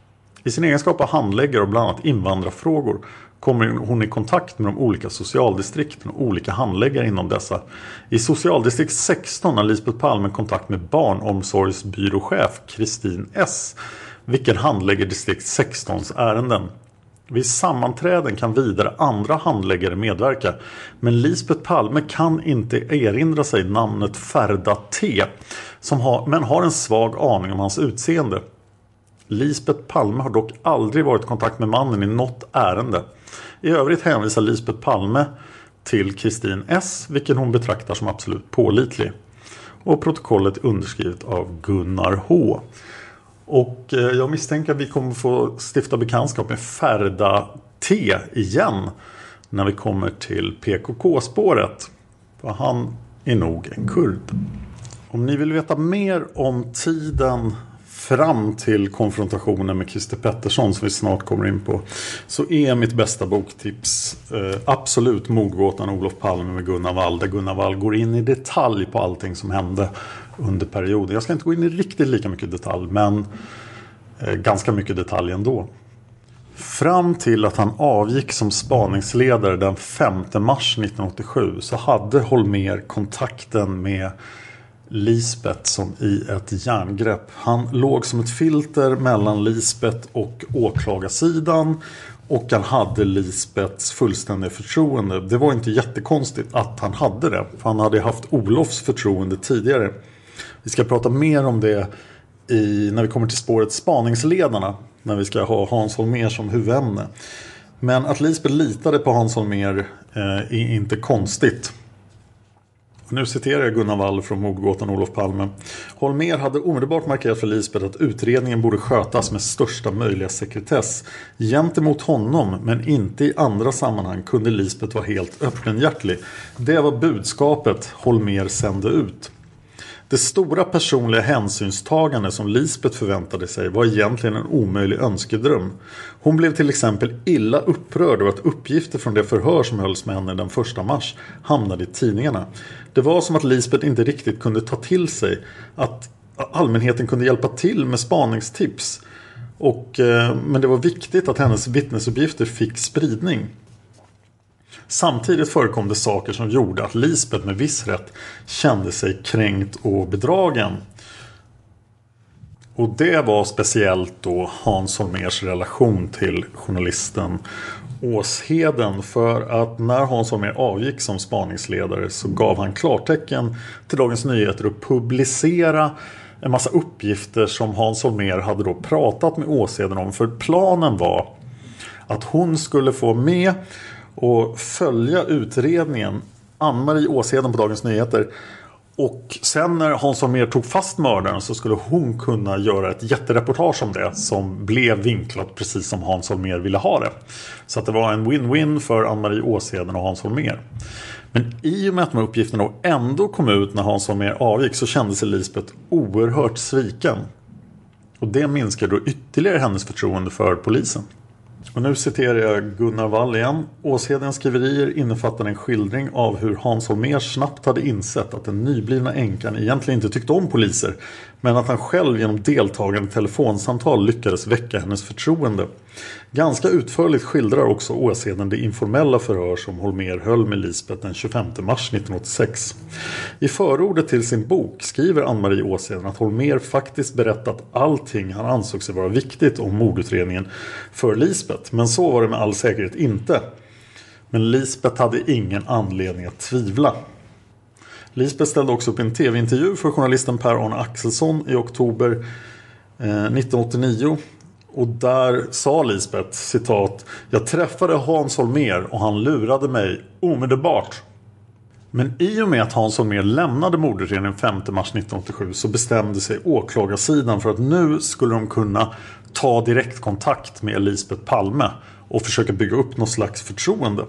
I sin egenskap av handläggare och bland annat invandrarfrågor kommer hon i kontakt med de olika socialdistrikten och olika handläggare inom dessa. I socialdistrikt 16 har Lisbeth Palme kontakt med barnomsorgsbyråchef Kristin S., vilken handlägger distrikt 16s ärenden. Vid sammanträden kan vidare andra handläggare medverka, men Lisbeth Palme kan inte erinra sig namnet Ferda T, men har en svag aning om hans utseende. Lisbeth Palme har dock aldrig varit i kontakt med mannen i något ärende. I övrigt hänvisar Lisbeth Palme till Kristin S., vilken hon betraktar som absolut pålitlig. Och protokollet är underskrivet av Gunnar H. Och jag misstänker att vi kommer få stifta bekantskap med Ferda T igen när vi kommer till PKK-spåret. För han är nog en kurd. Om ni vill veta mer om tiden fram till konfrontationen med Christer Pettersson som vi snart kommer in på, så är mitt bästa boktips absolut Mordgåtan Olof Palme med Gunnar Wall, där Gunnar Wall går in i detalj på allting som hände under perioden. Jag ska inte gå in i riktigt lika mycket detalj, men ganska mycket detalj ändå. Fram till att han avgick som spaningsledare den 5 mars 1987 så hade Holmér kontakten med Lisbeth som i ett järngrepp. Han låg som ett filter mellan Lisbeth och åklagarsidan, och han hade Lisbeths fullständiga förtroende. Det var inte jättekonstigt att han hade det, för han hade haft Olofs förtroende tidigare. Vi ska prata mer om det när vi kommer till spåret spaningsledarna, när vi ska ha Hans Holmér som huvudämne. Men att Lisbeth litade på Hans Holmér är inte konstigt. Nu citerar jag Gunnar Wall från Mordgåtan Olof Palme. Holmér hade omedelbart markerat för Lisbeth att utredningen borde skötas med största möjliga sekretess. Gentemot honom, men inte i andra sammanhang, kunde Lisbeth vara helt öppenhjärtig. Det var budskapet Holmér sände ut. Det stora personliga hänsynstagande som Lisbeth förväntade sig var egentligen en omöjlig önskedröm. Hon blev till exempel illa upprörd över att uppgifter från det förhör som hölls med henne den 1 mars hamnade i tidningarna. Det var som att Lisbeth inte riktigt kunde ta till sig att allmänheten kunde hjälpa till med spaningstips. Men det var viktigt att hennes vittnesuppgifter fick spridning. Samtidigt förekom det saker som gjorde att Lisbeth med viss rätt kände sig kränkt och bedragen. Och det var speciellt då Hans Holmérs relation till journalisten Åsheden. För att när Hans Holmér avgick som spaningsledare så gav han klartecken till Dagens Nyheter att publicera en massa uppgifter som Hans Holmér hade då pratat med Åsheden om. För planen var att hon skulle få med och följa utredningen, Ann-Marie Åsheden på Dagens Nyheter, och sen när Hans Holmér tog fast mördaren så skulle hon kunna göra ett jättereportage om det som blev vinklat precis som Hans Holmér ville ha det. Så att det var en win-win för Ann-Marie Åsheden och Hans Holmér. Men i och med att de här uppgifterna ändå kom ut när Hans Holmér avgick så kände sig Lisbeth oerhört sviken. Och det minskade då ytterligare hennes förtroende för polisen. Och nu citerar jag Gunnar Wall igen. Åshedens skriverier innefattar en skildring av hur Hans Holmér snabbt hade insett att den nyblivna änkan egentligen inte tyckte om poliser, men att han själv genom deltagande telefonsamtal lyckades väcka hennes förtroende. Ganska utförligt skildrar också Åsheden det informella förhör som Holmér höll med Lisbeth den 25 mars 1986. I förordet till sin bok skriver Ann-Marie Åsheden att Holmér faktiskt berättat allting han ansåg sig vara viktigt om mordutredningen för Lisbeth. Men så var det med all säkerhet inte. Men Lisbeth hade ingen anledning att tvivla. Lisbeth ställde också upp en tv-intervju för journalisten Per-Arne Axelsson i oktober 1989. Och där sa Lisbeth, citat: "Jag träffade Hans Holmér och han lurade mig omedelbart." Men i och med att Hans Holmér lämnade mordutredningen 5 mars 1987 så bestämde sig åklagarsidan för att nu skulle de kunna ta direktkontakt med Lisbeth Palme och försöka bygga upp något slags förtroende.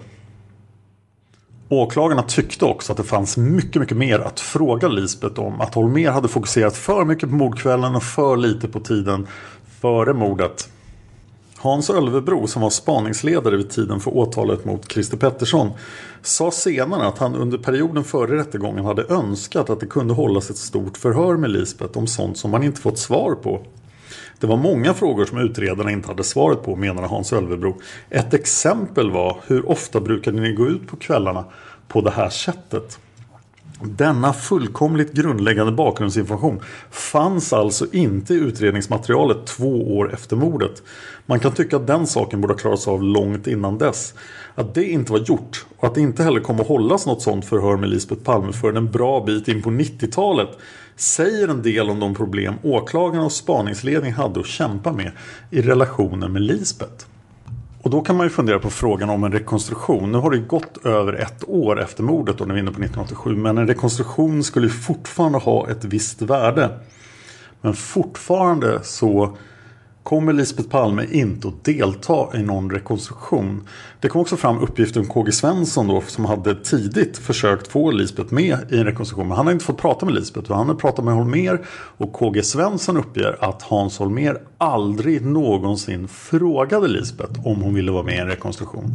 Åklagarna tyckte också att det fanns mycket, mycket mer att fråga Lisbeth om. Att Holmér hade fokuserat för mycket på mordkvällen och för lite på tiden före mordet. Hans Ölvebro, som var spaningsledare vid tiden för åtalet mot Christer Pettersson, sa senare att han under perioden före rättegången hade önskat att det kunde hållas ett stort förhör med Lisbeth om sånt som man inte fått svar på. Det var många frågor som utredarna inte hade svaret på, menar Hans Ölvebro. Ett exempel var: hur ofta brukade ni gå ut på kvällarna på det här sättet? Denna fullkomligt grundläggande bakgrundsinformation fanns alltså inte i utredningsmaterialet 2 år efter mordet. Man kan tycka att den saken borde klaras av långt innan dess. Att det inte var gjort och att det inte heller kommer att hållas något sånt förhör med Lisbeth Palme förrän en bra bit in på 90-talet säger en del om de problem åklagarna och spaningsledning hade att kämpa med i relationen med Lisbeth. Och då kan man ju fundera på frågan om en rekonstruktion. Nu har det gått över 1 år efter mordet och när vi är inne på 1987. Men en rekonstruktion skulle ju fortfarande ha ett visst värde. Men fortfarande så kommer Lisbeth Palme inte att delta i någon rekonstruktion. Det kom också fram uppgifter om KG Svensson då, som hade tidigt försökt få Lisbeth med i en rekonstruktion. Men han har inte fått prata med Lisbeth. Han har pratat med Holmér och KG Svensson uppger att Hans Holmér aldrig någonsin frågade Lisbeth om hon ville vara med i en rekonstruktion.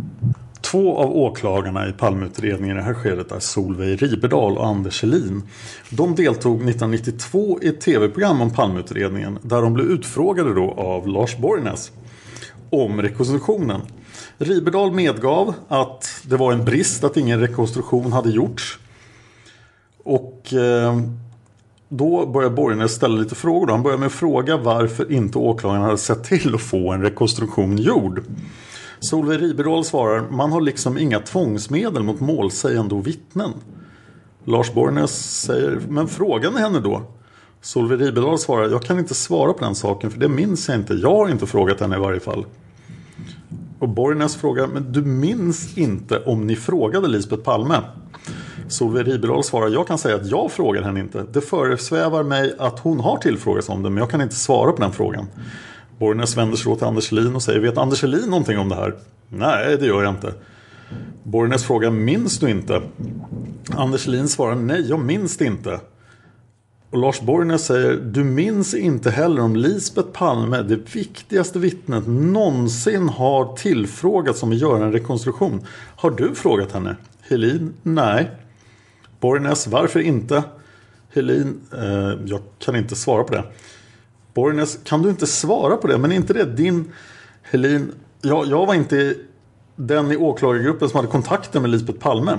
2 av åklagarna i Palmeutredningen i det här skedet är Solveig Riberdahl och Anders Helin. De deltog 1992 i ett tv-program om Palmeutredningen där de blev utfrågade då av Lars Borgnäs om rekonstruktionen. Riberdahl medgav att det var en brist att ingen rekonstruktion hade gjorts. Och då började Borgnäs ställa lite frågor. Han började med att fråga varför inte åklagarna hade sett till att få en rekonstruktion gjord. Solveig Riberdahl svarar: man har liksom inga tvångsmedel mot målsägande och vittnen. Lars Borgnäs säger: men frågan är henne då. Solveig Riberdahl svarar: jag kan inte svara på den saken för det minns jag inte. Jag har inte frågat henne i varje fall. Och Borgnäs frågar: men du minns inte om ni frågade Lisbeth Palme? Solveig Riberdahl svarar: jag kan säga att jag frågar henne inte. Det föresvävar mig att hon har tillfrågats om det, men jag kan inte svara på den frågan. Borgnäs vänder sig till Anders Helin och säger: vet Anders Helin någonting om det här? Nej, det gör jag inte. Borgnäs frågar: minns du inte? Anders Helin svarar: nej, jag minns det inte. Och Lars Borgnäs säger: du minns inte heller om Lisbeth Palme, det viktigaste vittnet, någonsin har tillfrågats om att göra en rekonstruktion. Har du frågat henne? Helin: nej. Borgnäs: varför inte? Helin: jag kan inte svara på det. Borgnäs: kan du inte svara på det? Men inte det din... Helin: jag var inte den i åklagargruppen som hade kontakter med Lisbeth Palme.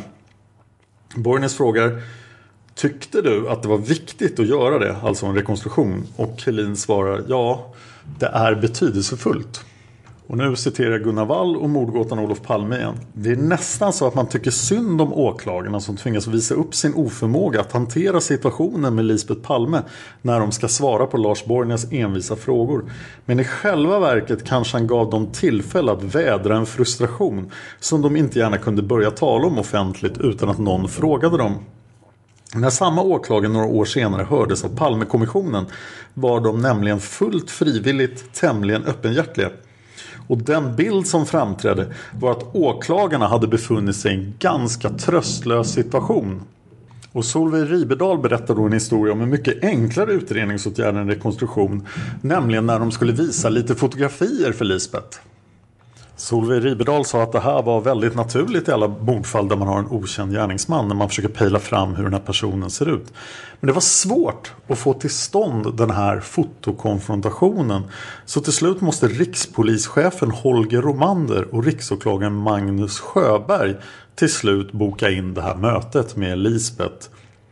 Borgnäs frågar: tyckte du att det var viktigt att göra det, alltså en rekonstruktion? Och Helin svarar: ja, det är betydelsefullt. Och nu citerar Gunnar Wall och mordgåtan Olof Palme igen. Det är nästan så att man tycker synd om åklagarna som tvingas visa upp sin oförmåga att hantera situationen med Lisbeth Palme när de ska svara på Lars Borgnäs envisa frågor. Men i själva verket kanske han gav dem tillfälle att vädra en frustration som de inte gärna kunde börja tala om offentligt utan att någon frågade dem. När samma åklagare några år senare hördes av Palmekommissionen var de nämligen fullt frivilligt tämligen öppenhjärtliga. Och den bild som framträdde var att åklagarna hade befunnit sig i en ganska tröstlös situation. Och Solveig Riberdahl berättade då en historia om en mycket enklare utredningsåtgärd än rekonstruktion, nämligen när de skulle visa lite fotografier för Lisbeth. Solveig Riberdahl sa att det här var väldigt naturligt i alla mordfall där man har en okänd gärningsman, när man försöker pejla fram hur den här personen ser ut. Men det var svårt att få till stånd den här fotokonfrontationen. Så till slut måste rikspolischefen Holger Romander och riksåklagaren Magnus Sjöberg till slut boka in det här mötet med Lisbeth.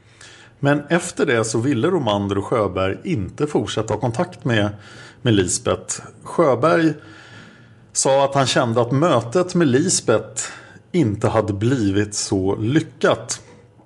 Men efter det så ville Romander och Sjöberg inte fortsätta ha kontakt med Lisbeth. Sjöberg sa att han kände att mötet med Lisbeth inte hade blivit så lyckat.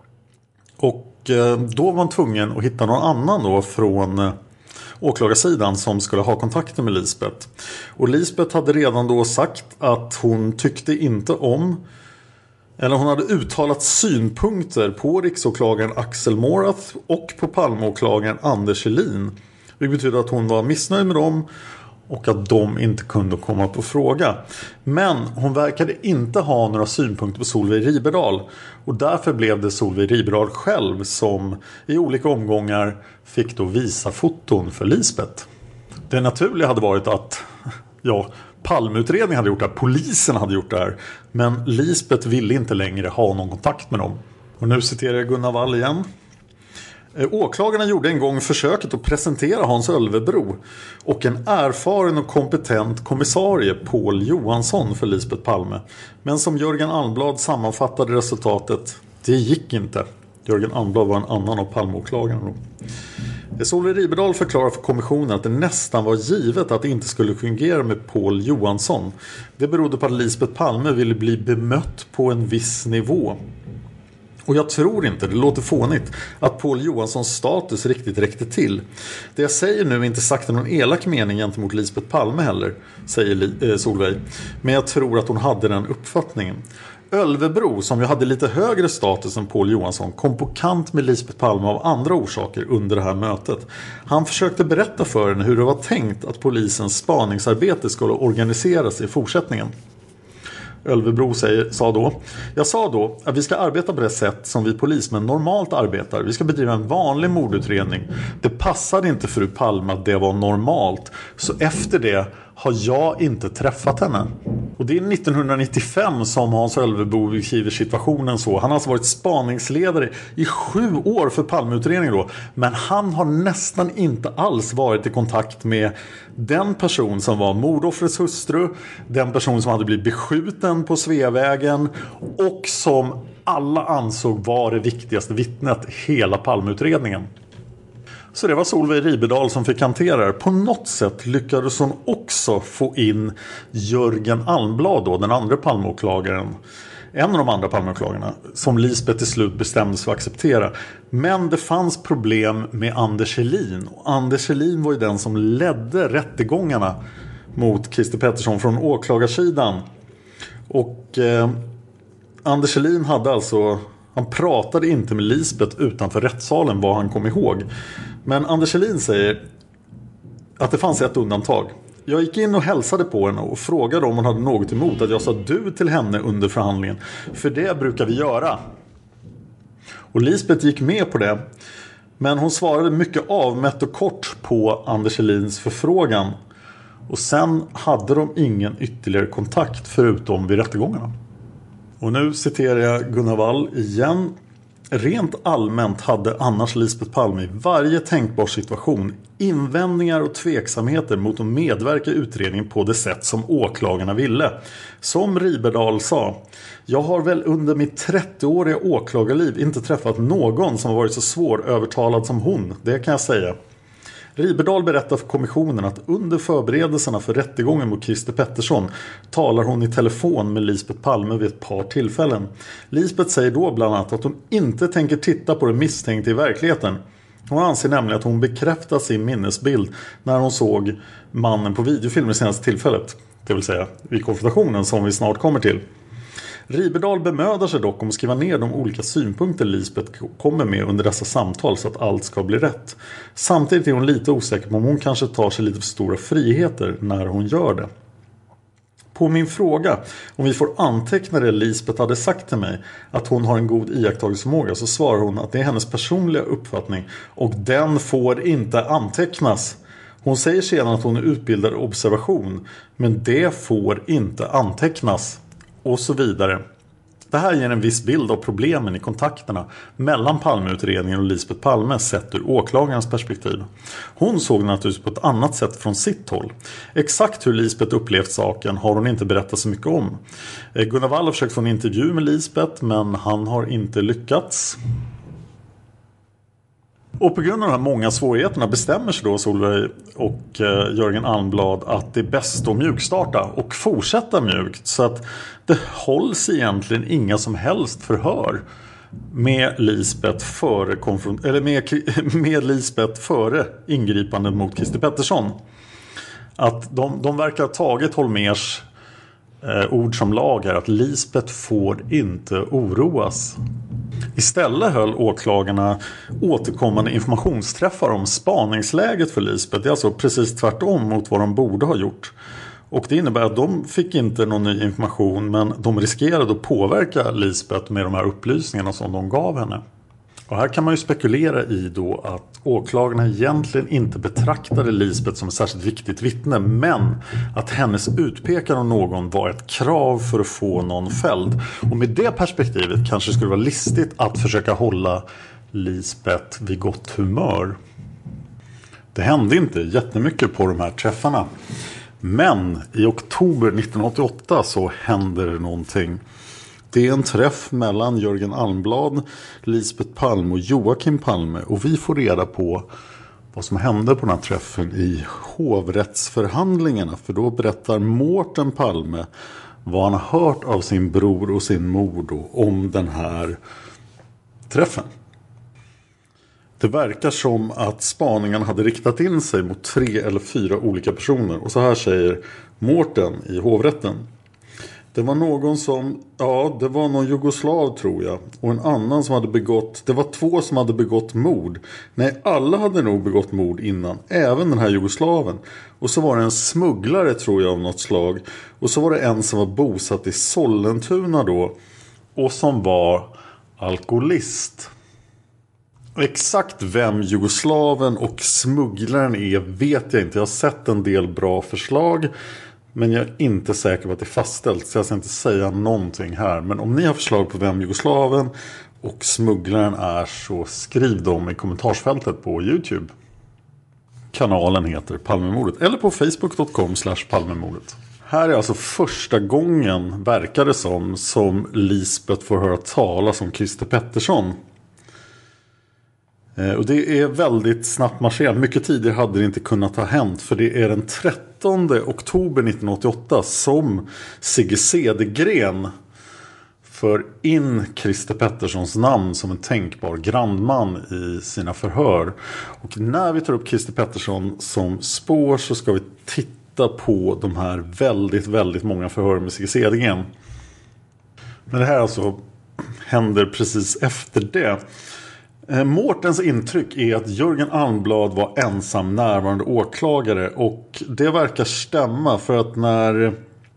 Och då var man tvungen att hitta någon annan då från åklagarsidan som skulle ha kontakter med Lisbeth. Och Lisbeth hade redan då sagt att hon tyckte inte om, eller hon hade uttalat synpunkter på riksåklagaren Axel Morath och på Palmeåklagaren Anders Helin. Det betyder att hon var missnöjd med dem och att de inte kunde komma på fråga. Men hon verkade inte ha några synpunkter på Solveig Riberdahl. Och därför blev det Solveig Riberdahl själv som i olika omgångar fick då visa foton för Lisbeth. Det naturliga hade varit att Palmeutredningen hade gjort det här, polisen hade gjort det här. Men Lisbeth ville inte längre ha någon kontakt med dem. Och nu citerar jag Gunnar Wall igen. Åklagarna gjorde en gång försöket att presentera Hans Ölvebro och en erfaren och kompetent kommissarie, Paul Johansson, för Lisbeth Palme. Men som Jörgen Almblad sammanfattade resultatet, det gick inte. Jörgen Almblad var en annan av Palmeåklagarna då. Solveig Riberdahl förklarar för kommissionen att det nästan var givet att det inte skulle fungera med Paul Johansson. Det berodde på att Lisbeth Palme ville bli bemött på en viss nivå. Och jag tror inte, det låter fånigt, att Paul Johanssons status riktigt räckte till. Det jag säger nu är inte sagt i någon elak mening gentemot Lisbeth Palme heller, säger Solveig. Men jag tror att hon hade den uppfattningen. Ölvebro, som ju hade lite högre status än Paul Johansson, kom på kant med Lisbeth Palme av andra orsaker under det här mötet. Han försökte berätta för henne hur det var tänkt att polisens spaningsarbete skulle organiseras i fortsättningen. Ölvebro Jag sa då att vi ska arbeta på det sätt som vi polismän normalt arbetar. Vi ska bedriva en vanlig mordutredning. Det passade inte fru Palme att det var normalt. Så efter det har jag inte träffat henne. Och det är 1995 som Hans Ölvebro beskriver situationen så. Han har alltså varit spaningsledare i 7 år för Palmeutredningen då. Men han har nästan inte alls varit i kontakt med den person som var mordoffrets hustru, den person som hade blivit beskjuten på Sveavägen och som alla ansåg var det viktigaste vittnet hela Palmeutredningen. Så det var Solveig Riberdahl som fick hantera det. På något sätt lyckades hon också få in Jörgen Almblad då, den andra Palmeåklagaren. En av de andra Palmeåklagarna som Lisbeth till slut bestämde sig för att acceptera. Men det fanns problem med Anders Helin. Och Anders Helin var ju den som ledde rättegångarna mot Christer Pettersson från åklagarsidan. Och Anders Helin hade alltså... Han pratade inte med Lisbeth utanför rättssalen vad han kom ihåg. Men Anders Helin säger att det fanns ett undantag. Jag gick in och hälsade på henne och frågade om hon hade något emot att jag sa du till henne under förhandlingen. För det brukar vi göra. Och Lisbeth gick med på det. Men hon svarade mycket avmätt och kort på Anders Helins förfrågan. Och sen hade de ingen ytterligare kontakt förutom vid rättegångarna. Och nu citerar jag Gunnar Wall igen. Rent allmänt hade annars Lisbeth Palme i varje tänkbar situation invändningar och tveksamheter mot att medverka i utredningen på det sätt som åklagarna ville. Som Riberdahl sa, jag har väl under mitt 30-åriga åklagarliv inte träffat någon som har varit så svårövertalad som hon, det kan jag säga. Riberdahl berättar för kommissionen att under förberedelserna för rättegången mot Christer Pettersson talar hon i telefon med Lisbeth Palme vid ett par tillfällen. Lisbeth säger då bland annat att hon inte tänker titta på det misstänkta i verkligheten. Hon anser nämligen att hon bekräftar sin minnesbild när hon såg mannen på videofilm det senaste tillfället. Det vill säga vid konfrontationen som vi snart kommer till. Riberdahl bemödar sig dock om att skriva ner de olika synpunkter Lisbeth kommer med under dessa samtal så att allt ska bli rätt. Samtidigt är hon lite osäker på om hon kanske tar sig lite för stora friheter när hon gör det. På min fråga om vi får anteckna det Lisbeth hade sagt till mig att hon har en god iakttagelseförmåga så svarar hon att det är hennes personliga uppfattning och den får inte antecknas. Hon säger sedan att hon är utbildad i observation men det får inte antecknas. Och så vidare. Det här ger en viss bild av problemen i kontakterna mellan Palmeutredningen och Lisbeth Palme sett ur åklagarens perspektiv. Hon såg naturligtvis på ett annat sätt från sitt håll. Exakt hur Lisbeth upplevt saken har hon inte berättat så mycket om. Gunnar Wall har försökt få en intervju med Lisbeth men han har inte lyckats. Och på grund av de här många svårigheterna bestämmer sig då Solveig och Jörgen Almblad att det är bäst att mjukstarta och fortsätta mjukt. Så att det hålls egentligen inga som helst förhör med Lisbeth före ingripandet mot Christer Pettersson. Att de verkar ha tagit Holmers ord som lag här att Lisbeth får inte oroas. Istället höll åklagarna återkommande informationsträffar om spaningsläget för Lisbeth. Det är alltså precis tvärtom mot vad de borde ha gjort. Och det innebär att de fick inte någon ny information men de riskerade att påverka Lisbeth med de här upplysningarna som de gav henne. Och här kan man ju spekulera i då att åklagarna egentligen inte betraktade Lisbeth som ett särskilt viktigt vittne men att hennes utpekande av någon var ett krav för att få någon fälld. Och med det perspektivet kanske det skulle vara listigt att försöka hålla Lisbeth vid gott humör. Det hände inte jättemycket på de här träffarna. Men i oktober 1988 så händer det någonting. Det är en träff mellan Jörgen Almblad, Lisbeth Palme och Joakim Palme. Och vi får reda på vad som hände på den här träffen i hovrättsförhandlingarna. För då berättar Mårten Palme vad han har hört av sin bror och sin mor då om den här träffen. Det verkar som att spaningen hade riktat in sig mot 3 eller 4 olika personer. Och så här säger Mårten i hovrätten. Det var någon jugoslav tror jag. Och en annan som hade det var 2 som hade begått mord. Nej, alla hade nog begått mord innan. Även den här jugoslaven. Och så var det en smugglare tror jag av något slag. Och så var det en som var bosatt i Sollentuna då. Och som var alkoholist. Exakt vem jugoslaven och smugglaren är vet jag inte. Jag har sett en del bra förslag. Men jag är inte säker på att det är fastställt. Så jag ska inte säga någonting här. Men om ni har förslag på vem jugoslaven och smugglaren är, så skriv dem i kommentarsfältet på YouTube. Kanalen heter Palmemordet. Eller på facebook.com/Palmemordet. Här är alltså första gången, verkar det som Lisbeth får höra talas om Christer Pettersson. Och det är väldigt snabbt marscherat. Mycket tidigare hade det inte kunnat ha hänt. För det är den 13 oktober 1988 som Sigge Cedergren för in Christer Petterssons namn som en tänkbar grannman i sina förhör. Och när vi tar upp Christer Pettersson som spår så ska vi titta på de här väldigt, väldigt många förhör med Sigge Cedergren. Men det här alltså händer precis efter det. Mårtens intryck är att Jörgen Almblad var ensam närvarande åklagare. Och det verkar stämma, för att när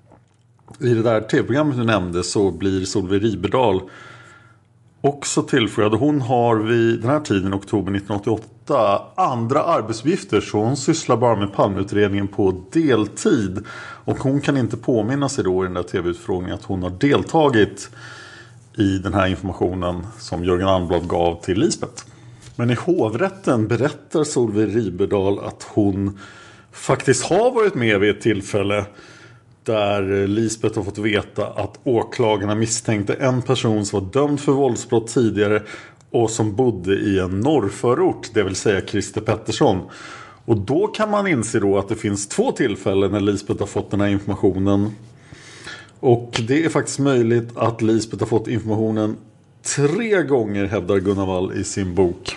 i det där tv-programmet du nämnde så blir Solveig Riberdal också tillfrågad. Hon har vid den här tiden, oktober 1988, andra arbetsuppgifter. Så hon sysslar bara med Palmeutredningen på deltid. Och hon kan inte påminna sig då i den där tv-utfrågningen att hon har deltagit i den här informationen som Jörgen Almblad gav till Lisbeth. Men i hovrätten berättar Solveig Riberdal att hon faktiskt har varit med vid ett tillfälle där Lisbeth har fått veta att åklagarna misstänkte en person som var dömd för våldsbrott tidigare och som bodde i en norrförort, det vill säga Christer Pettersson. Och då kan man inse då att det finns 2 tillfällen när Lisbeth har fått den här informationen. Och det är faktiskt möjligt att Lisbeth har fått informationen 3 gånger, hävdar Gunnar Wall i sin bok,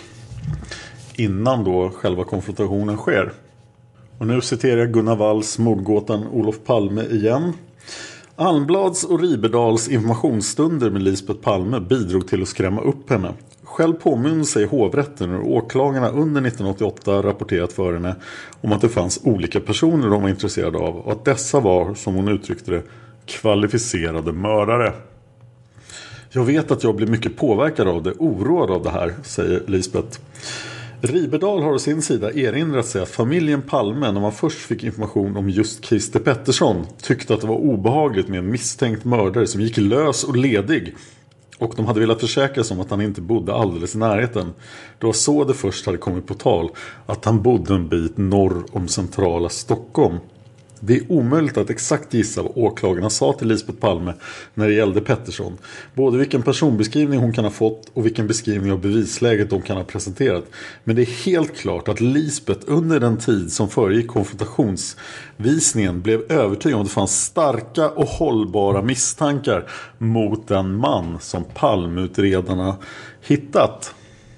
innan då själva konfrontationen sker. Och nu citerar jag Gunnar Walls mordgåtan Olof Palme igen. Almblads och Riberdals informationsstunder med Lisbeth Palme bidrog till att skrämma upp henne. Själv påminner sig hovrätten och åklagarna under 1988 rapporterat för henne om att det fanns olika personer de var intresserade av och att dessa var, som hon uttryckte det, kvalificerade mördare. Jag vet att jag blir mycket påverkad av det, oroad av det här, säger Lisbeth. Riberdal har å sin sida erinrat sig att familjen Palme, när man först fick information om just Christer Pettersson, tyckte att det var obehagligt med en misstänkt mördare som gick lös och ledig. Och de hade velat försäkra sig om att han inte bodde alldeles i närheten. Det var så det först hade kommit på tal, att han bodde en bit norr om centrala Stockholm. Det är omöjligt att exakt gissa vad åklagarna sa till Lisbeth Palme när det gällde Pettersson. Både vilken personbeskrivning hon kan ha fått och vilken beskrivning av bevisläget de kan ha presenterat. Men det är helt klart att Lisbeth under den tid som föregick konfrontationsvisningen blev övertygad om att det fanns starka och hållbara misstankar mot den man som Palmeutredarna hittat.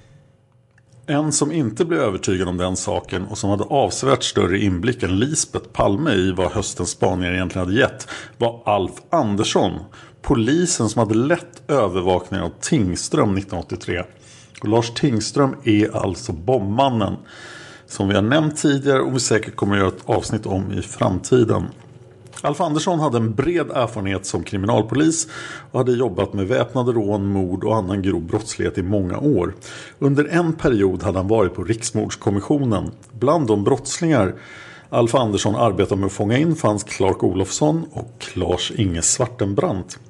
En som inte blev övertygad om den saken och som hade avsevärt större inblick än Lisbeth Palme i vad höstens spaningar egentligen hade gett var Alf Andersson, polisen som hade lett övervakningen av Tingström 1983. Och Lars Tingström är alltså bombmannen som vi har nämnt tidigare och vi säkert kommer att göra ett avsnitt om i framtiden. Alf Andersson hade en bred erfarenhet som kriminalpolis och hade jobbat med väpnade rån, mord och annan grov brottslighet i många år. Under en period hade han varit på Riksmordskommissionen. Bland de brottslingar Alf Andersson arbetade med att fånga in fanns Clark Olofsson och Lars Inge Svartenbrandt.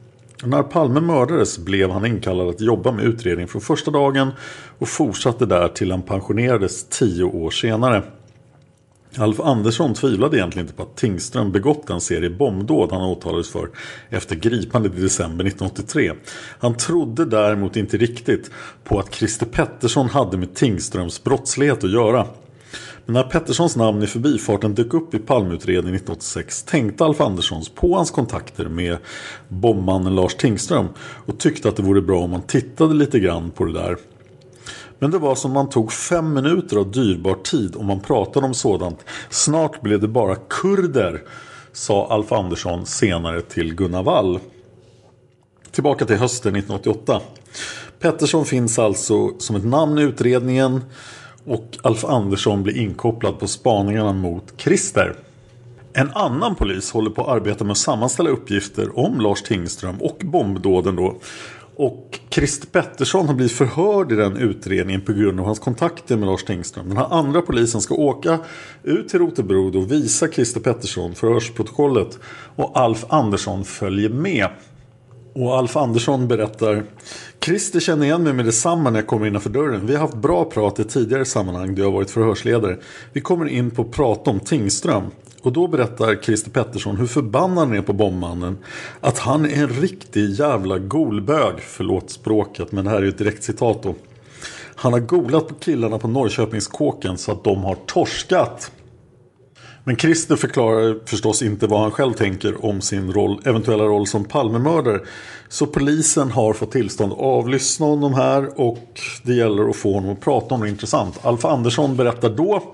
När Palme mördades blev han inkallad att jobba med utredningen från första dagen och fortsatte där till han pensionerades 10 år senare. Alf Andersson tvivlade egentligen inte på att Tingström begått en serie bombdåd han åtalades för efter gripandet i december 1983. Han trodde däremot inte riktigt på att Christer Pettersson hade med Tingströms brottslighet att göra. Men när Petterssons namn i förbifarten dök upp i Palmeutredningen 1986 tänkte Alf Andersson på hans kontakter med bombmannen Lars Tingström och tyckte att det vore bra om man tittade lite grann på det där. Men det var som man tog 5 minuter av dyrbar tid om man pratade om sådant. Snart blev det bara kurder, sa Alf Andersson senare till Gunnar Wall. Tillbaka till hösten 1988. Pettersson finns alltså som ett namn i utredningen och Alf Andersson blir inkopplad på spaningarna mot Christer. En annan polis håller på att arbeta med att sammanställa uppgifter om Lars Tingström och bombdåden då. Och Christer Pettersson har blivit förhörd i den utredningen på grund av hans kontakter med Lars Tingström. Den här andra polisen ska åka ut till Rotebro och visa Christer Pettersson förhörsprotokollet. Och Alf Andersson följer med. Och Alf Andersson berättar: Christer känner igen mig med detsamma när jag kommer innanför dörren. Vi har haft bra prat i tidigare sammanhang där jag har varit förhörsledare. Vi kommer in på att prata om Tingström. Och då berättar Christer Pettersson hur förbannad han är på bombmannen. Att han är en riktig jävla golbög. Förlåt språket, men det här är ju ett direkt citat då. Han har golat på killarna på Norrköpingskåken så att de har torskat. Men Christer förklarar förstås inte vad han själv tänker om sin eventuella roll som Palmemördare. Så polisen har fått tillstånd att avlyssna honom här och det gäller att få honom att prata om det intressant. Alf Andersson berättar då: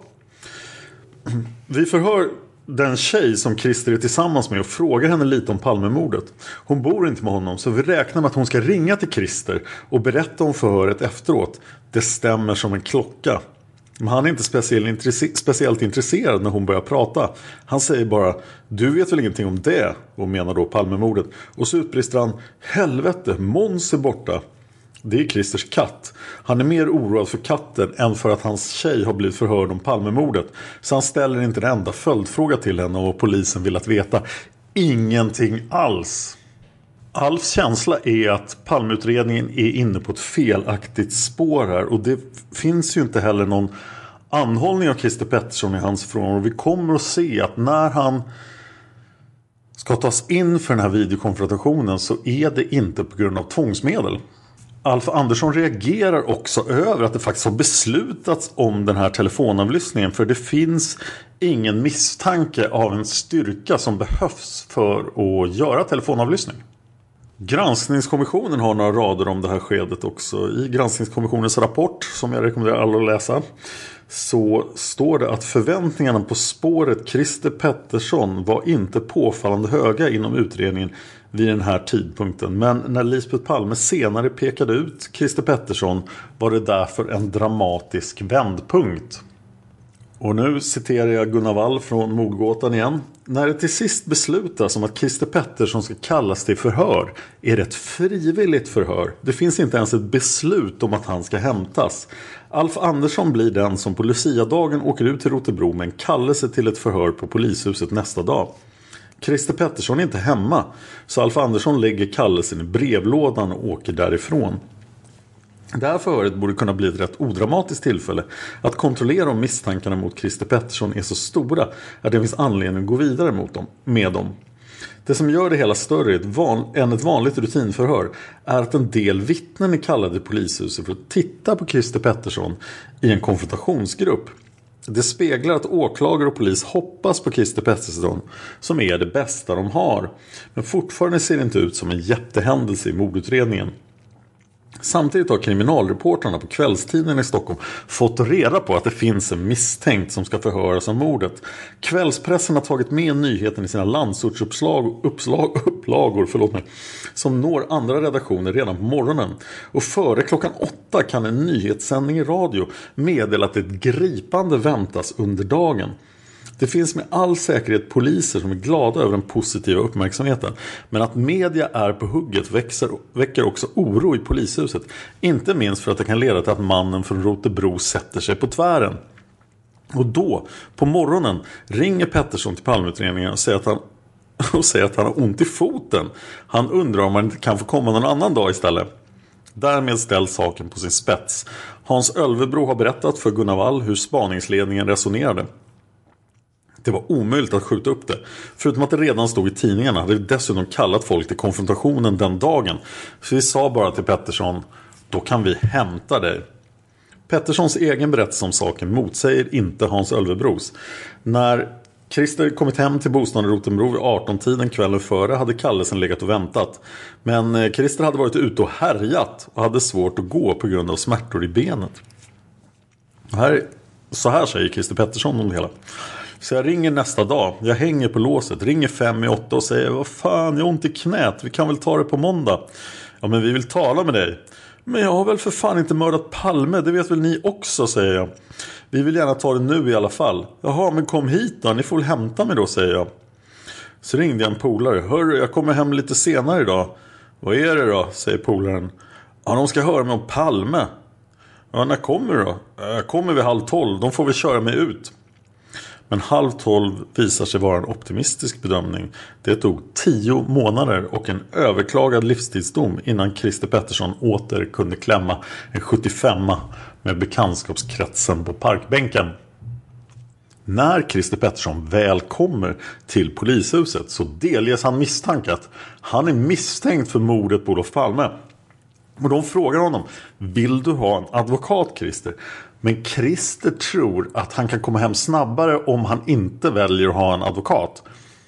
vi förhör den tjej som Christer är tillsammans med och frågar henne lite om Palmemordet. Hon bor inte med honom så vi räknar med att hon ska ringa till Christer och berätta om förhöret efteråt. Det stämmer som en klocka. Men han är inte speciellt intresserad när hon börjar prata. Han säger bara: du vet väl ingenting om det? Och menar då Palmemordet. Och så utbrister han: helvete, Måns är borta. Det är Christers katt. Han är mer oroad för katten än för att hans tjej har blivit förhörd om Palmemordet. Så han ställer inte en enda följdfråga till henne och polisen vill att veta ingenting alls. Alfs känsla är att Palmeutredningen är inne på ett felaktigt spår här. Och det finns ju inte heller någon anhållning av Christer Pettersson i hans frånvaro. Och vi kommer att se att när han ska tas in för den här videokonfrontationen så är det inte på grund av tvångsmedel. Alf Andersson reagerar också över att det faktiskt har beslutats om den här telefonavlyssningen. För det finns ingen misstanke av en styrka som behövs för att göra telefonavlyssning. Granskningskommissionen har några rader om det här skedet också. I granskningskommissionens rapport, som jag rekommenderar alla att läsa, så står det att förväntningarna på spåret Christer Pettersson var inte påfallande höga inom utredningen vid den här tidpunkten. Men när Lisbeth Palme senare pekade ut Christer Pettersson var det därför en dramatisk vändpunkt. Och nu citerar jag Gunnar Wall från Mordgåtan igen. När det till sist beslutas om att Christer Pettersson ska kallas till förhör är det ett frivilligt förhör. Det finns inte ens ett beslut om att han ska hämtas. Alf Andersson blir den som på Lucia-dagen åker ut till Rotebro med en kallelse till ett förhör på polishuset nästa dag. Christer Pettersson är inte hemma, så Alf Andersson lägger kallelsen i brevlådan och åker därifrån. Det här förhöret borde kunna bli ett rätt odramatiskt tillfälle att kontrollera om misstankarna mot Christer Pettersson är så stora att det finns anledning att gå vidare med dem. Det som gör det hela större än ett vanligt rutinförhör är att en del vittnen är kallade till polishuset för att titta på Christer Pettersson i en konfrontationsgrupp. Det speglar att åklagare och polis hoppas på Christer Pettersson som är det bästa de har. Men fortfarande ser det inte ut som en jättehändelse i mordutredningen. Samtidigt har kriminalreportrarna på kvällstidningen i Stockholm fått reda på att det finns en misstänkt som ska förhöras om mordet. Kvällspressen har tagit med nyheten i sina landsortsupplagor som når andra redaktioner redan på morgonen. Och före klockan 8 kan en nyhetssändning i radio meddela att ett gripande väntas under dagen. Det finns med all säkerhet poliser som är glada över den positiva uppmärksamheten. Men att media är på hugget väcker också oro i polishuset. Inte minst för att det kan leda till att mannen från Rotebro sätter sig på tvären. Och då, på morgonen, ringer Pettersson till Palmeutredningen och säger att han och säger att han har ont i foten. Han undrar om han inte kan få komma någon annan dag istället. Därmed ställs saken på sin spets. Hans Ölvebro har berättat för Gunnar Wall hur spaningsledningen resonerade. Det var omöjligt att skjuta upp det. Förutom att det redan stod i tidningarna hade vi dessutom kallat folk till konfrontationen den dagen. Så vi sa bara till Pettersson, då kan vi hämta dig. Petterssons egen berättelse om saken motsäger inte Hans Ölvebros. När Christer kommit hem till bostaden i Rotenbro vid 18-tiden kvällen före hade kallelsen legat och väntat. Men Christer hade varit ute och härjat och hade svårt att gå på grund av smärtor i benet. Så här säger Christer Pettersson om det hela. Så jag ringer nästa dag, jag hänger på låset, ringer 5:08 och säger, vad fan, jag har ont i knät, vi kan väl ta det på måndag. Ja, men vi vill tala med dig. Men jag har väl för fan inte mördat Palme, det vet väl ni också, säger jag. Vi vill gärna ta det nu i alla fall. Jaha, men kom hit då, ni får väl hämta mig då, säger jag. Så ringde jag en polare, hörru, jag kommer hem lite senare idag. Vad är det då, säger polaren. Ja, de ska höra mig om Palme. Ja, när kommer du då? Jag kommer vid 11:30, de får väl köra mig ut. Men 11:30 visar sig vara en optimistisk bedömning. Det tog 10 månader och en överklagad livstidsdom innan Christer Pettersson åter kunde klämma en 75 med bekantskapskretsen på parkbänken. När Christer Pettersson väl kommer till polishuset så delges han misstankat. Han är misstänkt för mordet på Olof Palme. Och de frågar honom, vill du ha en advokat, Christer? Men Christer tror att han kan komma hem snabbare om han inte väljer att ha en advokat.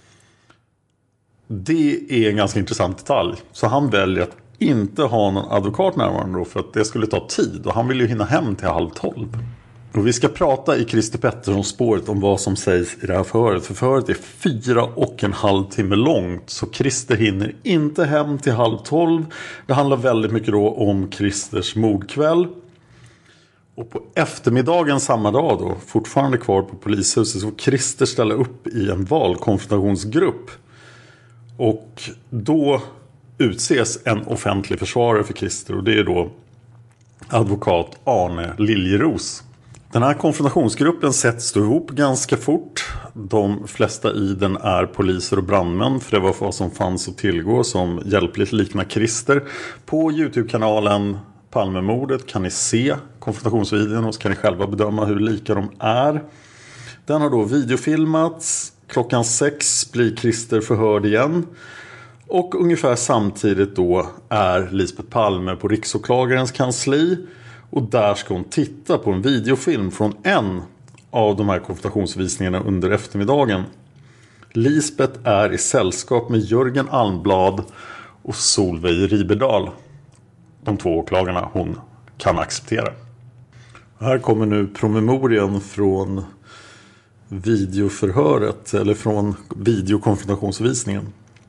Det är en ganska intressant detalj. Så han väljer att inte ha någon advokat närvarande då, för att det skulle ta tid. Och han vill ju hinna hem till 11:30. Och vi ska prata i Christer Petterssons spåret om vad som sägs i det här förhöret. För förhöret är 4,5 timmar långt. Så Christer hinner inte hem till 11:30. Det handlar väldigt mycket då om Christers mordkväll. Och på eftermiddagen samma dag då, fortfarande kvar på polishuset, så Christer ställer upp i en valkonfrontationsgrupp. Och då utses en offentlig försvarare för Christer, och det är då advokat Arne Liljeros. Den här konfrontationsgruppen sätts då ihop ganska fort. De flesta i den är poliser och brandmän, för det var vad som fanns att tillgå som hjälpligt liknar Christer. På YouTube-kanalen Palmemordet kan ni se konfrontationsvideon och så kan ni själva bedöma hur lika de är. Den har då videofilmats. 6:00 blir Christer förhörd igen. Och ungefär samtidigt då är Lisbeth Palme på Riksåklagarens kansli. Och där ska hon titta på en videofilm från en av de här konfrontationsvisningarna under eftermiddagen. Lisbeth är i sällskap med Jörgen Almblad och Solveig Riberdal. De 2 åklagarna hon kan acceptera. Här kommer nu promemorian från videoförhöret, eller från videokonfrontationsvisningen.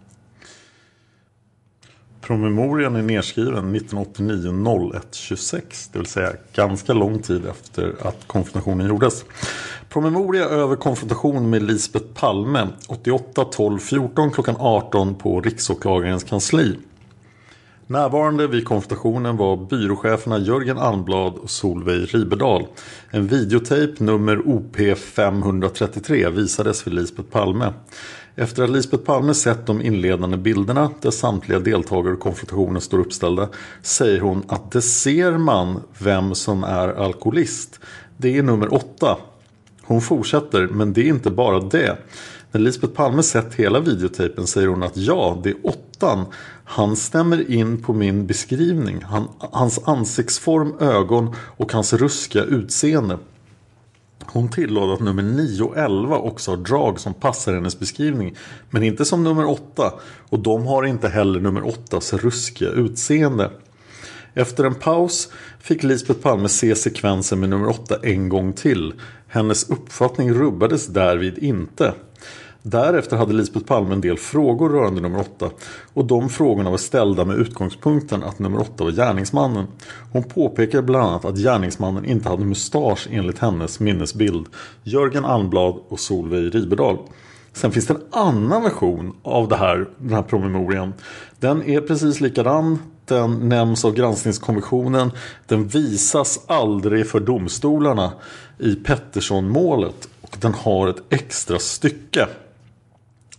Promemorian är nedskriven 1989-01-26, det vill säga ganska lång tid efter att konfrontationen gjordes. Promemoria över konfrontation med Lisbeth Palme 88-12-14 klockan 18 på Riksåklagarens kansli. Närvarande vid konfrontationen var byråcheferna Jörgen Almblad och Solveig Riberdal. En videotejp nummer OP533 visades för Lisbeth Palme. Efter att Lisbeth Palme sett de inledande bilderna där samtliga deltagare i konfrontationen står uppställda, säger hon att det ser man vem som är alkoholist. Det är nummer 8. Hon fortsätter, men det är inte bara det. När Lisbeth Palme sett hela videotejpen säger hon att ja, det är 8. Han stämmer in på min beskrivning. Hans ansiktsform, ögon och hans ruska utseende. Hon tillåter att nummer 9 och 11 också har drag som passar hennes beskrivning. Men inte som nummer 8. Och de har inte heller nummer 8s ruskiga utseende. Efter en paus fick Lisbeth Palme se sekvensen med nummer 8 en gång till. Hennes uppfattning rubbades därvid inte. Därefter hade Lisbeth Palme en del frågor rörande nummer 8. Och de frågorna var ställda med utgångspunkten att nummer 8 var gärningsmannen. Hon påpekade bland annat att gärningsmannen inte hade mustasch enligt hennes minnesbild. Jörgen Almblad och Solveig Riberdal. Sen finns det en annan version av den här promemorian. Den är precis likadan. Den nämns av granskningskommissionen. Den visas aldrig för domstolarna i Pettersson-målet. Och den har ett extra stycke.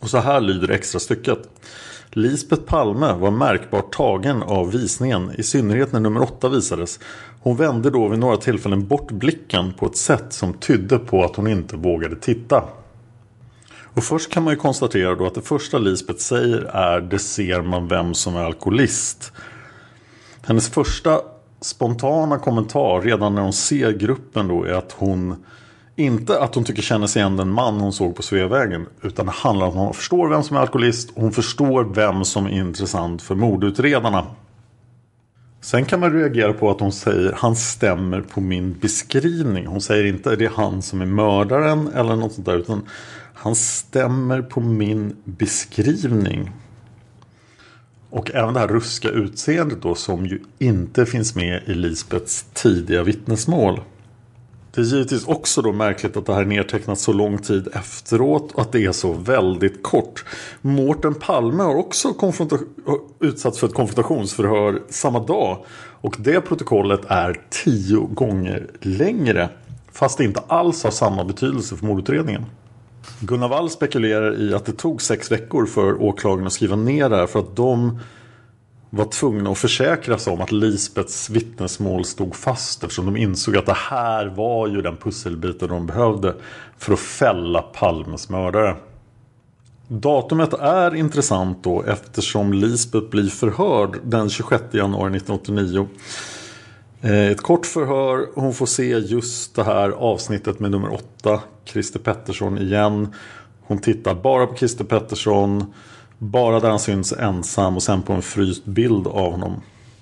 Och så här lyder extra stycket. Lisbeth Palme var märkbart tagen av visningen, i synnerhet när nummer 8 visades. Hon vände då vid några tillfällen bort blicken på ett sätt som tydde på att hon inte vågade titta. Och först kan man ju konstatera då att det första Lisbeth säger är det ser man vem som är alkoholist. Hennes första spontana kommentar redan när hon ser gruppen då är att hon inte att hon tycker känner sig igen den man hon såg på Sveavägen, utan det handlar om att hon förstår vem som är alkoholist och hon förstår vem som är intressant för mordutredarna. Sen kan man reagera på att hon säger han stämmer på min beskrivning. Hon säger inte det är han som är mördaren eller något sånt där, utan han stämmer på min beskrivning. Och även det här ruska utseendet då, som ju inte finns med i Lisbeths tidiga vittnesmål. Det är givetvis också då märkligt att det här är nedtecknat så lång tid efteråt och att det är så väldigt kort. Mårten Palme har också utsatts för ett konfrontationsförhör samma dag. Och det protokollet är 10 gånger längre, fast det inte alls har samma betydelse för mordutredningen. Gunnar Wall spekulerar i att det tog 6 veckor för åklagaren att skriva ner det här, för att de var tvungna att försäkra sig om att Lisbeths vittnesmål stod fast, eftersom de insåg att det här var ju den pusselbiten de behövde för att fälla Palmes mördare. Datumet är intressant då, eftersom Lisbeth blir förhörd den 26 januari 1989. Ett kort förhör, hon får se just det här avsnittet med nummer 8, Christer Pettersson igen. Hon tittar bara på Christer Pettersson, bara där han syns ensam, och sen på en fryst bild av honom.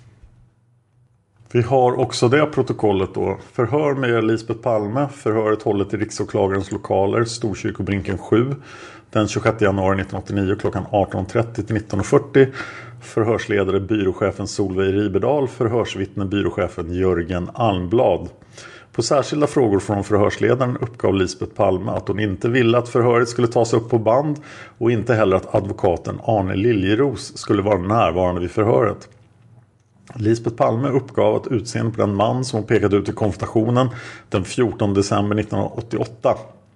Vi har också det protokollet då. Förhör med Lisbeth Palme, förhöret hållet i riksåklagarens lokaler, Storkyrkobrinken 7, den 26 januari 1989 klockan 18.30 till 19.40. Förhörsledare byråchefen Solveig Riberdal, förhörsvittne byråchefen Jörgen Almblad. På särskilda frågor från förhörsledaren uppgav Lisbeth Palme att hon inte ville att förhöret skulle tas upp på band och inte heller att advokaten Arne Liljeros skulle vara närvarande vid förhöret. Lisbeth Palme uppgav att utseende på den man som hon pekade ut i konfrontationen den 14 december 1988.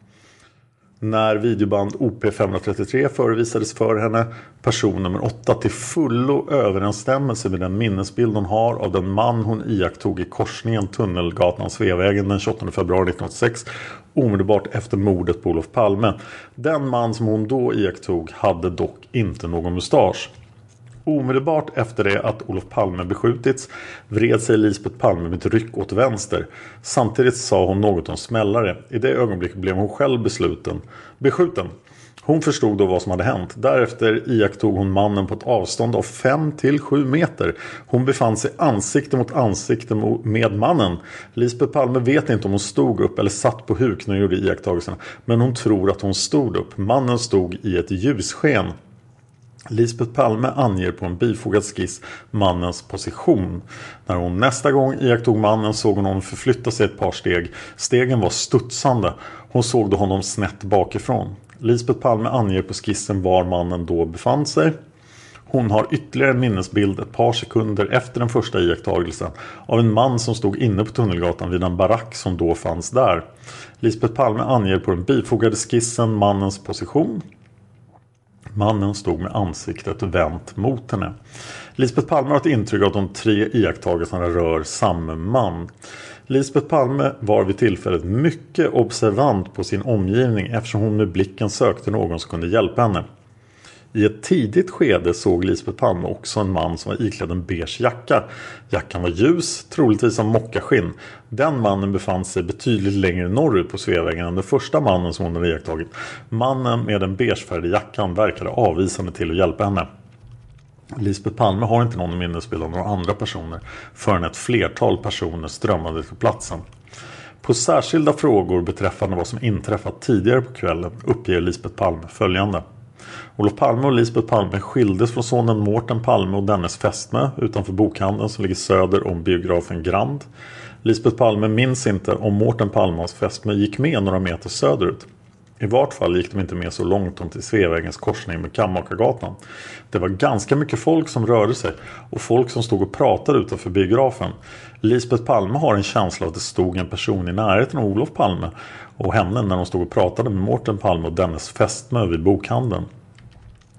När videoband OP533 förevisades för henne, person nummer 8 till fullo överensstämmelse med den minnesbild hon har av den man hon iakttog i korsningen Tunnelgatan Sveavägen den 28 februari 1986, omedelbart efter mordet på Olof Palme. Den man som hon då iakttog hade dock inte någon mustasch. Omedelbart efter det att Olof Palme beskjutits vred sig Lisbeth Palme med ett ryck åt vänster. Samtidigt sa hon något om smällare. I det ögonblicket blev hon själv beskjuten. Hon förstod då vad som hade hänt. Därefter iakttog hon mannen på ett avstånd av 5 till 7 meter. Hon befann sig ansikte mot ansikte med mannen. Lisbeth Palme vet inte om hon stod upp eller satt på huk när hon gjorde iakttagelserna. Men hon tror att hon stod upp. Mannen stod i ett ljussken. Lisbeth Palme anger på en bifogad skiss mannens position. När hon nästa gång iakttog mannen såg hon honom förflytta sig ett par steg. Stegen var studsande. Hon såg då honom snett bakifrån. Lisbeth Palme anger på skissen var mannen då befann sig. Hon har ytterligare en minnesbild ett par sekunder efter den första iakttagelsen av en man som stod inne på Tunnelgatan vid en barack som då fanns där. Lisbeth Palme anger på den bifogade skissen mannens position. Mannen stod med ansiktet vänt mot henne. Lisbeth Palme har ett intryck av att de 3 iakttagelserna rör samma man. Lisbeth Palme var vid tillfället mycket observant på sin omgivning eftersom hon med blicken sökte någon som kunde hjälpa henne. I ett tidigt skede såg Lisbeth Palme också en man som var iklädd en beige jacka. Jackan var ljus, troligtvis av mockaskinn. Den mannen befann sig betydligt längre norrut på Sveavägen än den första mannen som hon hade iakttagit. Mannen med den beigefärgade jackan verkade avvisande till att hjälpa henne. Lisbeth Palme har inte någon minnesbild av några andra personer förrän ett flertal personer strömmade till platsen. På särskilda frågor beträffande vad som inträffat tidigare på kvällen uppger Lisbeth Palme följande. Olof Palme och Lisbeth Palme skildes från sonen Mårten Palme och dennes fästmö utanför bokhandeln som ligger söder om biografen Grand. Lisbeth Palme minns inte om Mårten Palme och hans fästmö gick med några meter söderut. I vart fall gick de inte med så långt om till Sveavägens korsning med Kammakargatan. Det var ganska mycket folk som rörde sig och folk som stod och pratade utanför biografen. Lisbeth Palme har en känsla av att det stod en person i närheten av Olof Palme och henne när de stod och pratade med Mårten Palme och dennes fästmö vid bokhandeln.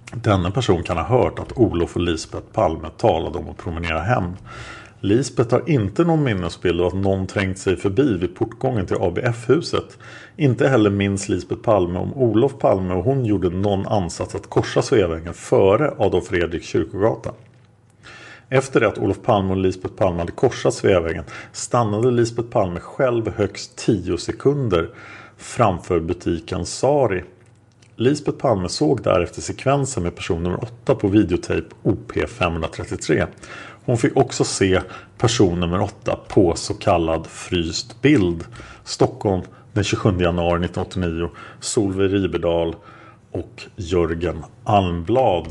Denna person kan ha hört att Olof och Lisbeth Palme talade om att promenera hem. Lisbeth har inte någon minnesbild av att någon trängt sig förbi vid portgången till ABF-huset. Inte heller minns Lisbeth Palme om Olof Palme och hon gjorde någon ansats att korsa Sveavägen före Adolf Fredrik kyrkogata. Efter det att Olof Palme och Lisbeth Palme hade korsat Sveavägen stannade Lisbeth Palme själv högst 10 sekunder framför butiken Sari. Lisbeth Palme såg därefter sekvensen med person nummer 8 på videotape OP533. Hon fick också se person nummer 8 på så kallad fryst bild. Stockholm den 27 januari 1989. Solveig Riberdal och Jörgen Almblad.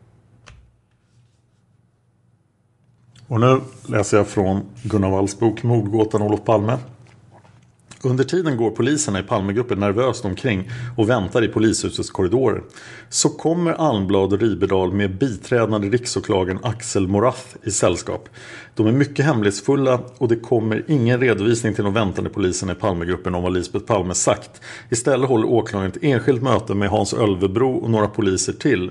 Och nu läser jag från Gunnar Walls bok Mordgåtan Olof Palme. Under tiden går poliserna i Palmegruppen nervöst omkring och väntar i polishusets korridorer. Så kommer Almblad och Riberdal med biträdande riksåklagaren Axel Morath i sällskap. De är mycket hemlighetsfulla och det kommer ingen redovisning till de väntande poliserna i Palmegruppen om vad Lisbeth Palme sagt. Istället håller åklagaren ett enskilt möte med Hans Ölvebro och några poliser till.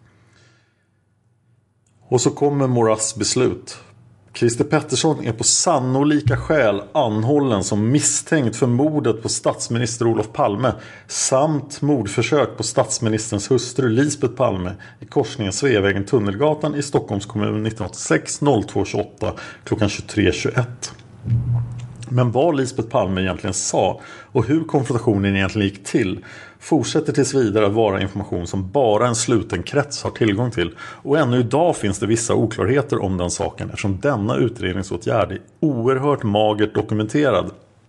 Och så kommer Moraths beslut. Christer Pettersson är på sannolika skäl anhållen som misstänkt för mordet på statsminister Olof Palme samt mordförsök på statsministerns hustru Lisbeth Palme i korsningen Sveavägen Tunnelgatan i Stockholms kommun 1986-02-28 klockan 23.21. Men vad Lisbeth Palme egentligen sa och hur konfrontationen egentligen gick till fortsätter tills vidare att vara information som bara en sluten krets har tillgång till. Och ännu idag finns det vissa oklarheter om den saken eftersom denna utredningsåtgärd är oerhört magert dokumenterad.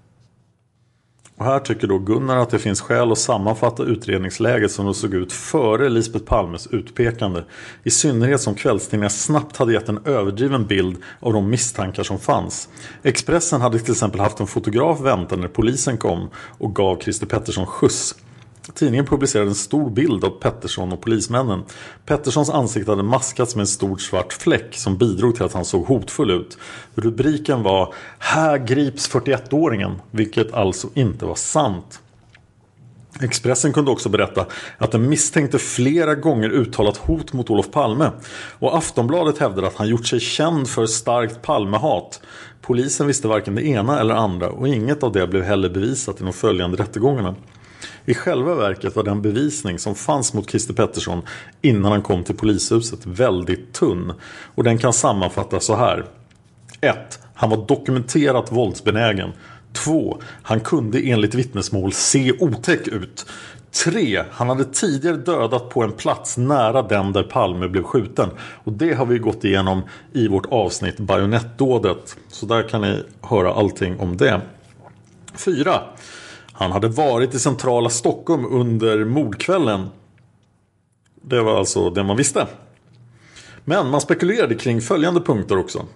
Och här tycker då Gunnar att det finns skäl att sammanfatta utredningsläget som det såg ut före Lisbeth Palmes utpekande. I synnerhet som kvällstidningar snabbt hade gett en överdriven bild av de misstankar som fanns. Expressen hade till exempel haft en fotograf väntande när polisen kom och gav Christer Pettersson skjuts. Tidningen publicerade en stor bild av Pettersson och polismännen. Petterssons ansikte hade maskats med en stor svart fläck som bidrog till att han såg hotfull ut. Rubriken var "Här grips 41-åringen", vilket alltså inte var sant. Expressen kunde också berätta att den misstänkte flera gånger uttalat hot mot Olof Palme. Och Aftonbladet hävdade att han gjort sig känd för starkt Palmehat. Polisen visste varken det ena eller andra och inget av det blev heller bevisat i de följande rättegångarna. I själva verket var den bevisning som fanns mot Christer Pettersson innan han kom till polishuset väldigt tunn. Och den kan sammanfattas så här. 1. Han var dokumenterat våldsbenägen. 2. Han kunde enligt vittnesmål se otäck ut. 3. Han hade tidigare dödat på en plats nära den där Palme blev skjuten. Och det har vi gått igenom i vårt avsnitt Bajonettdådet. Så där kan ni höra allting om det. 4. Han hade varit i centrala Stockholm under mordkvällen. Det var alltså det man visste. Men man spekulerade kring följande punkter också.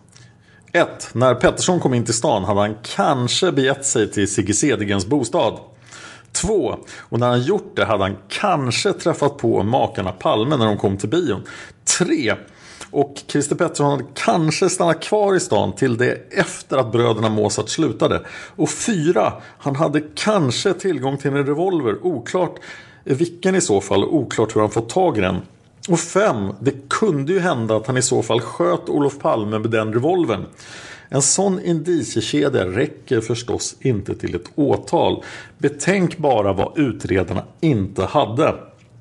1. När Pettersson kom in till stan hade han kanske begett sig till Sigge Cedergrens bostad. 2. Och när han gjort det hade han kanske träffat på makarna Palme när de kom till bion. 3. Och Christer Pettersson hade kanske stannat kvar i stan till det efter att bröderna Mozart slutade. Och 4. Han hade kanske tillgång till en revolver. Oklart vilken i så fall, oklart hur han fått tag i den. Och 5. Det kunde ju hända att han i så fall sköt Olof Palme med den revolvern. En sån indiciekedja räcker förstås inte till ett åtal. Betänk bara vad utredarna inte hade.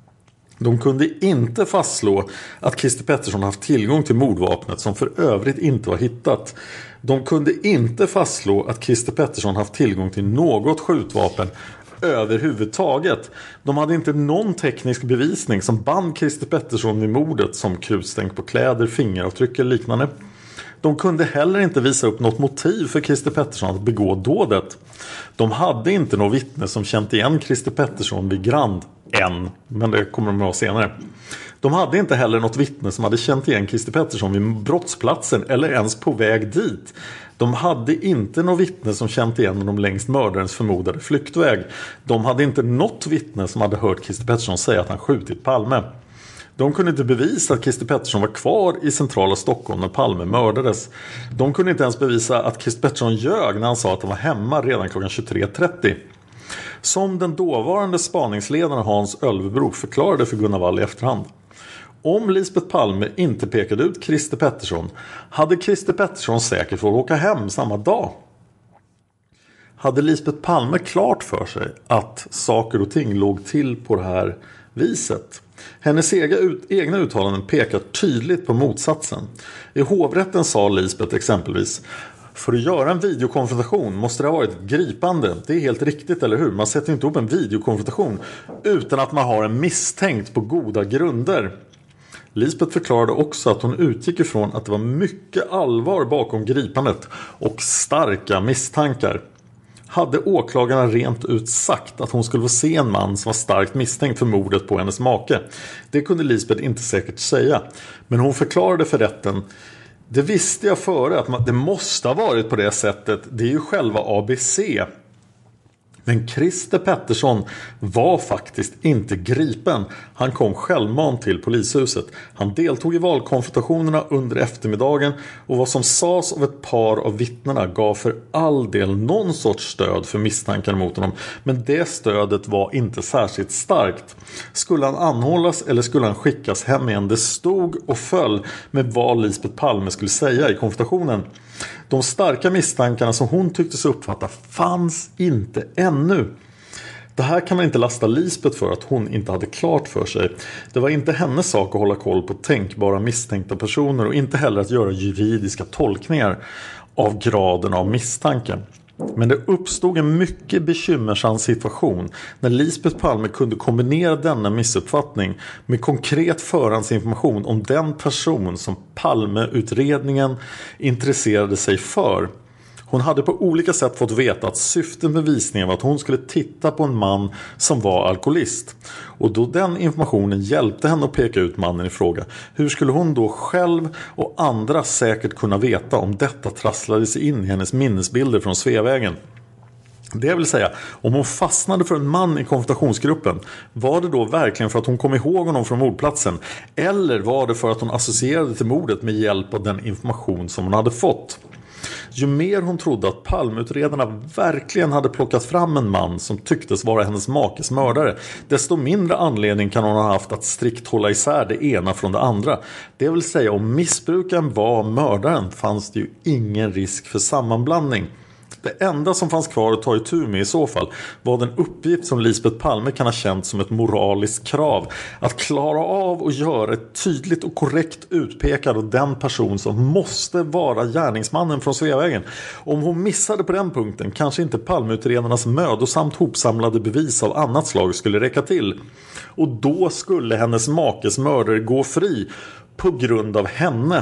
De kunde inte fastslå att Christer Pettersson haft tillgång till mordvapnet som för övrigt inte var hittat. De kunde inte fastslå att Christer Pettersson haft tillgång till något skjutvapen överhuvudtaget. De hade inte någon teknisk bevisning som band Christer Pettersson vid mordet som krutstänk på kläder, fingeravtryck eller liknande. De kunde heller inte visa upp något motiv för Christer Pettersson att begå dådet. De hade inte något vittne som känt igen Christer Pettersson vid Grand än, men det kommer de att ha senare. De hade inte heller något vittne som hade känt igen Christer Pettersson vid brottsplatsen eller ens på väg dit. De hade inte något vittne som känt igen honom längs mördarens förmodade flyktväg. De hade inte något vittne som hade hört Christer Pettersson säga att han skjutit Palme. De kunde inte bevisa att Christer Pettersson var kvar i centrala Stockholm när Palme mördades. De kunde inte ens bevisa att Christer Pettersson ljög när han sa att han var hemma redan klockan 23.30. Som den dåvarande spaningsledaren Hans Ölvebro förklarade för Gunnar Wall i efterhand. Om Lisbeth Palme inte pekade ut Christer Pettersson hade Christer Pettersson säkert fått åka hem samma dag. Hade Lisbeth Palme klart för sig att saker och ting låg till på det här viset? Hennes egna uttalanden pekar tydligt på motsatsen. I hovrätten sa Lisbeth exempelvis: för att göra en videokonfrontation måste det ha varit gripande. Det är helt riktigt, eller hur? Man sätter inte upp en videokonfrontation utan att man har en misstänkt på goda grunder. Lisbeth förklarade också att hon utgick ifrån att det var mycket allvar bakom gripandet och starka misstankar. Hade åklagarna rent ut sagt att hon skulle få se en man som var starkt misstänkt för mordet på hennes make? Det kunde Lisbeth inte säkert säga. Men hon förklarade för rätten: det visste jag före att det måste ha varit på det sättet. Det är ju själva ABC. Men Christer Pettersson var faktiskt inte gripen. Han kom självmant till polishuset. Han deltog i valkonfrontationerna under eftermiddagen och vad som sades av ett par av vittnena gav för all del någon sorts stöd för misstankar mot honom. Men det stödet var inte särskilt starkt. Skulle han anhållas eller skulle han skickas hem igen? Det stod och föll med vad Lisbeth Palme skulle säga i konfrontationen. De starka misstankarna som hon tycktes uppfatta fanns inte ännu. Det här kan man inte lasta Lisbeth för att hon inte hade klart för sig. Det var inte hennes sak att hålla koll på tänkbara misstänkta personer och inte heller att göra juridiska tolkningar av graden av misstanken. Men det uppstod en mycket bekymmersam situation när Lisbeth Palme kunde kombinera denna missuppfattning med konkret förhandsinformation om den person som Palmeutredningen intresserade sig för. Hon hade på olika sätt fått veta att syftet med visningen var att hon skulle titta på en man som var alkoholist. Och då den informationen hjälpte henne att peka ut mannen i fråga, hur skulle hon då själv och andra säkert kunna veta om detta trasslade sig in i hennes minnesbilder från Sveavägen? Det vill säga, om hon fastnade för en man i konfrontationsgruppen, var det då verkligen för att hon kom ihåg honom från mordplatsen? Eller var det för att hon associerade till mordet med hjälp av den information som hon hade fått? Ju mer hon trodde att Palmeutredarna verkligen hade plockat fram en man som tycktes vara hennes makes mördare, desto mindre anledning kan hon ha haft att strikt hålla isär det ena från det andra. Det vill säga, om missbrukaren var mördaren fanns det ju ingen risk för sammanblandning. Det enda som fanns kvar att ta itu med i så fall var den uppgift som Lisbeth Palme kan ha känt som ett moraliskt krav. Att klara av och göra ett tydligt och korrekt utpekad av den person som måste vara gärningsmannen från Sveavägen. Om hon missade på den punkten kanske inte Palmeutredarnas mödosamt hopsamlade bevis av annat slag skulle räcka till. Och då skulle hennes makes mördare gå fri på grund av henne.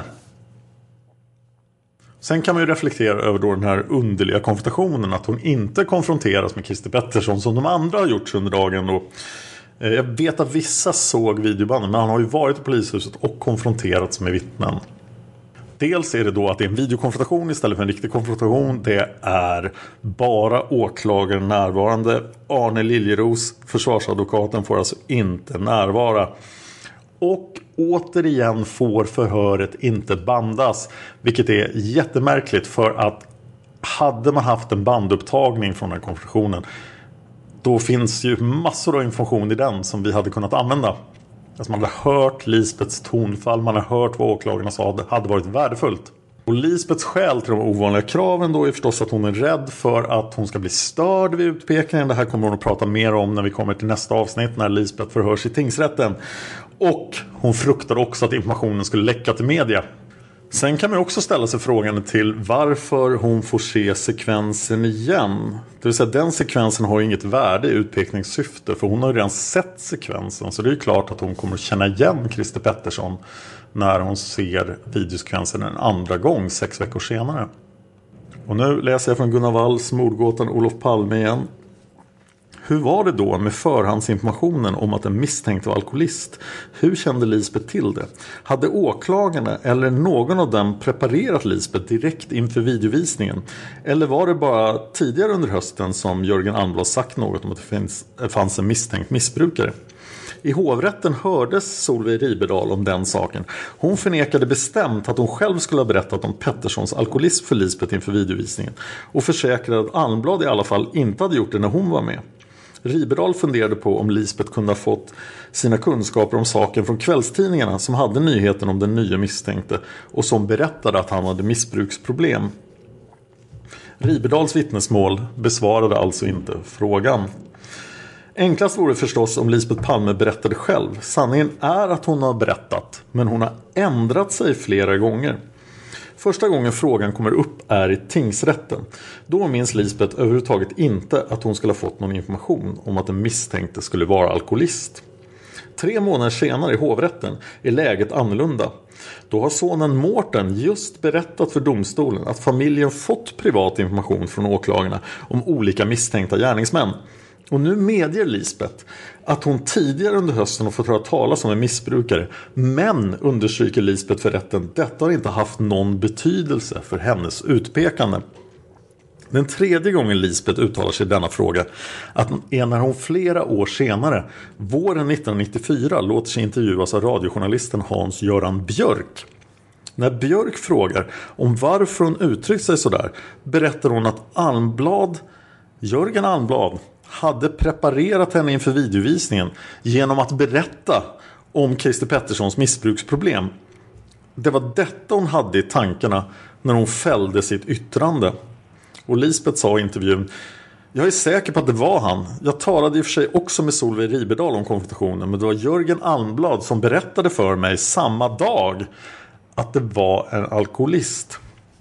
Sen kan man ju reflektera över då den här underliga konfrontationen, att hon inte konfronteras med Christer Pettersson som de andra har gjort under dagen. Och jag vet att vissa såg videobanden, men han har ju varit i polishuset och konfronterats med vittnen. Dels är det då att det är en videokonfrontation istället för en riktig konfrontation. Det är bara åklagaren närvarande. Arne Liljeros, försvarsadvokaten, får alltså inte närvara. Och återigen får förhöret inte bandas, vilket är jättemärkligt, för att hade man haft en bandupptagning från den konfrontationen, då finns ju massor av information i den som vi hade kunnat använda. Alltså man hade hört Lisbeths tonfall, man har hört vad åklagarna sa, det hade varit värdefullt. Och Lisbeths skäl till de ovanliga kraven då är förstås att hon är rädd för att hon ska bli störd vid utpekningen. Det här kommer hon att prata mer om när vi kommer till nästa avsnitt, när Lisbeth förhörs i tingsrätten. Och hon fruktar också att informationen skulle läcka till media. Sen kan man också ställa sig frågan till varför hon får se sekvensen igen. Det vill säga, den sekvensen har ju inget värde i utpekningssyfte, för hon har ju redan sett sekvensen. Så det är ju klart att hon kommer att känna igen Christer Pettersson när hon ser videosekvensen en andra gång 6 veckor senare. Och nu läser jag från Gunnar Walls Mordgåtan Olof Palme igen. Hur var det då med förhandsinformationen om att en misstänkt var alkoholist? Hur kände Lisbeth till det? Hade åklagarna eller någon av dem preparerat Lisbeth direkt inför videovisningen? Eller var det bara tidigare under hösten som Jörgen Almblad sagt något om att det fanns en misstänkt missbrukare? I hovrätten hördes Solveig Riberdal om den saken. Hon förnekade bestämt att hon själv skulle ha berättat om Petterssons alkoholism för Lisbeth inför videovisningen. Och försäkrade att Almblad i alla fall inte hade gjort det när hon var med. Riberdahl funderade på om Lisbeth kunde ha fått sina kunskaper om saken från kvällstidningarna som hade nyheten om den nya misstänkte och som berättade att han hade missbruksproblem. Riberdahls vittnesmål besvarade alltså inte frågan. Enklast vore förstås om Lisbeth Palme berättade själv. Sanningen är att hon har berättat, men hon har ändrat sig flera gånger. Första gången frågan kommer upp är i tingsrätten. Då minns Lisbeth överhuvudtaget inte att hon skulle ha fått någon information om att den misstänkte skulle vara alkoholist. 3 månader senare i hovrätten är läget annorlunda. Då har sonen Mårten just berättat för domstolen att familjen fått privat information från åklagarna om olika misstänkta gärningsmän. Och nu medger Lisbeth att hon tidigare under hösten har fått höra talas om en missbrukare. Men understryker Lisbeth för rätten, detta har inte haft någon betydelse för hennes utpekande. Den tredje gången Lisbeth uttalar sig i denna fråga är när hon flera år senare, våren 1994, låter sig intervjuas av radiojournalisten Hans-Göran Björk. När Björk frågar om varför hon uttryckt sig sådär berättar hon att Jörgen Almblad hade preparerat henne inför videovisningen genom att berätta om Christer Petterssons missbruksproblem. Det var detta hon hade i tankarna när hon fällde sitt yttrande. Och Lisbeth sa i intervjun: jag är säker på att det var han. Jag talade i och för sig också med Solveig Riberdahl om konfrontationen, men det var Jörgen Almblad som berättade för mig samma dag att det var en alkoholist.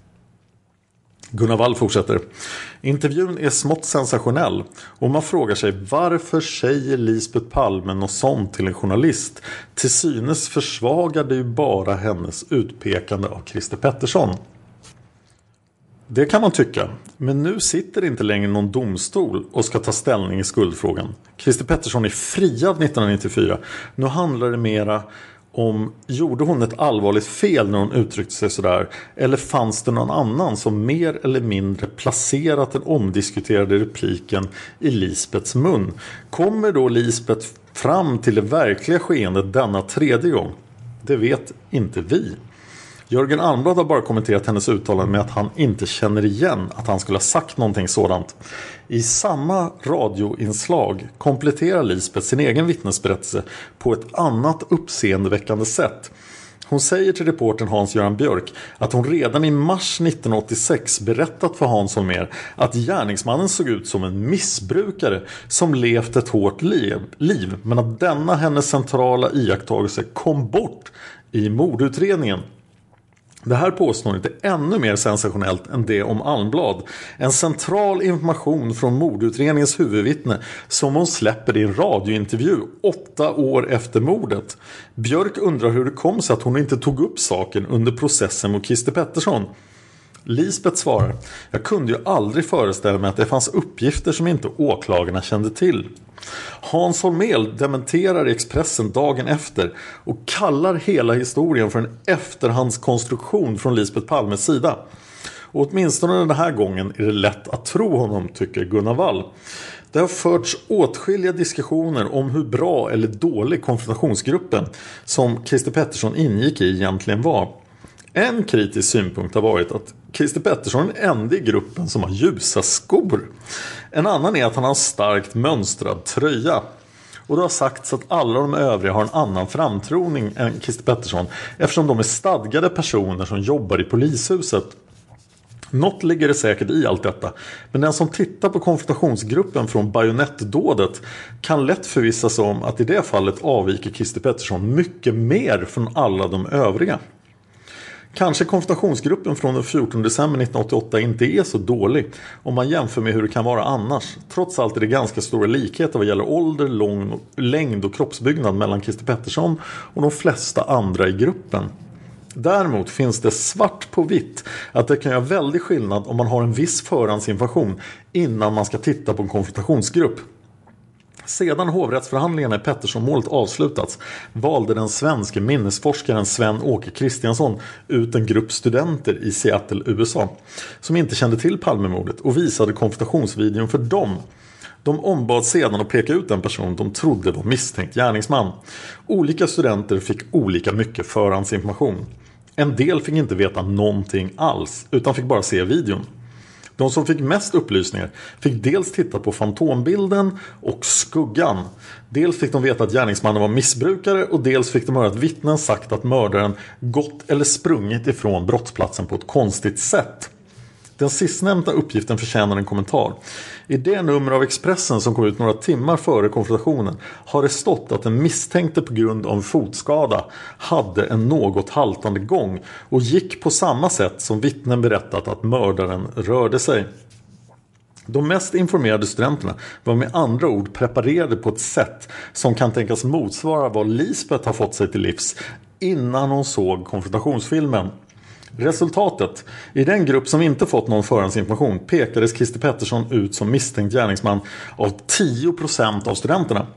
Gunnar Wall fortsätter. Intervjun är smått sensationell och man frågar sig varför säger Lisbeth Palme något sånt till en journalist? Till synes försvagade ju bara hennes utpekande av Christer Pettersson. Det kan man tycka, men nu sitter inte längre någon domstol och ska ta ställning i skuldfrågan. Christer Pettersson är friad 1994. Nu handlar det mera om, gjorde hon ett allvarligt fel när hon uttryckte sig sådär? Eller fanns det någon annan som mer eller mindre placerat den omdiskuterade repliken i Lisbeths mun? Kommer då Lisbeth fram till det verkliga skeendet denna tredje gång? Det vet inte vi. Jörgen Almblad har bara kommenterat hennes uttalande med att han inte känner igen att han skulle ha sagt någonting sådant. I samma radioinslag kompletterar Lisbeth sin egen vittnesberättelse på ett annat uppseendeväckande sätt. Hon säger till reportern Hans-Göran Björk att hon redan i mars 1986 berättat för Hans Holmér att gärningsmannen såg ut som en missbrukare som levt ett hårt liv, men att denna hennes centrala iakttagelse kom bort i mordutredningen. Det här påståendet är ännu mer sensationellt än det om Almblad. En central information från mordutredningens huvudvittne som hon släpper i en radiointervju 8 år efter mordet. Björk undrar hur det kom sig att hon inte tog upp saken under processen mot Christer Pettersson. Lisbeth svarar: jag kunde ju aldrig föreställa mig att det fanns uppgifter som inte åklagarna kände till. Hans Holmér dementerar i Expressen dagen efter och kallar hela historien för en efterhandskonstruktion från Lisbeth Palmes sida. Och åtminstone den här gången är det lätt att tro honom, tycker Gunnar Wall. Det har förts åtskilliga diskussioner om hur bra eller dålig konfrontationsgruppen som Christer Pettersson ingick i egentligen var. En kritisk synpunkt har varit att Christer Pettersson är den enda i gruppen som har ljusa skor. En annan är att han har en starkt mönstrad tröja. Och det har sagts att alla de övriga har en annan framtroning än Christer Pettersson eftersom de är stadgade personer som jobbar i polishuset. Något ligger det säkert i allt detta, men den som tittar på konfrontationsgruppen från bajonettdådet kan lätt förvissas om att i det fallet avviker Christer Pettersson mycket mer från alla de övriga. Kanske konfrontationsgruppen från den 14 december 1988 inte är så dålig om man jämför med hur det kan vara annars. Trots allt är det ganska stora likheter vad gäller ålder, längd och kroppsbyggnad mellan Christer Pettersson och de flesta andra i gruppen. Däremot finns det svart på vitt att det kan göra väldigt skillnad om man har en viss förhandsinformation innan man ska titta på en konfrontationsgrupp. Sedan hovrättsförhandlingarna i Pettersson-målet avslutats valde den svenska minnesforskaren Sven-Åke Kristiansson ut en grupp studenter i Seattle, USA som inte kände till Palmemordet och visade konfrontationsvideon för dem. De ombad sedan att peka ut en person de trodde var misstänkt gärningsman. Olika studenter fick olika mycket förhandsinformation. En del fick inte veta någonting alls utan fick bara se videon. De som fick mest upplysningar fick dels titta på fantombilden och skuggan. Dels fick de veta att gärningsmannen var missbrukare och dels fick de höra att vittnen sagt att mördaren gått eller sprungit ifrån brottsplatsen på ett konstigt sätt. Den sistnämnda uppgiften förtjänar en kommentar. I det nummer av Expressen som kom ut några timmar före konfrontationen har det stått att den misstänkte på grund av fotskada hade en något haltande gång och gick på samma sätt som vittnen berättat att mördaren rörde sig. De mest informerade studenterna var med andra ord preparerade på ett sätt som kan tänkas motsvara vad Lisbeth har fått sig till livs innan hon såg konfrontationsfilmen. Resultatet: i den grupp som inte fått någon förhandsinformation pekades Christer Pettersson ut som misstänkt gärningsman av 10% av studenterna.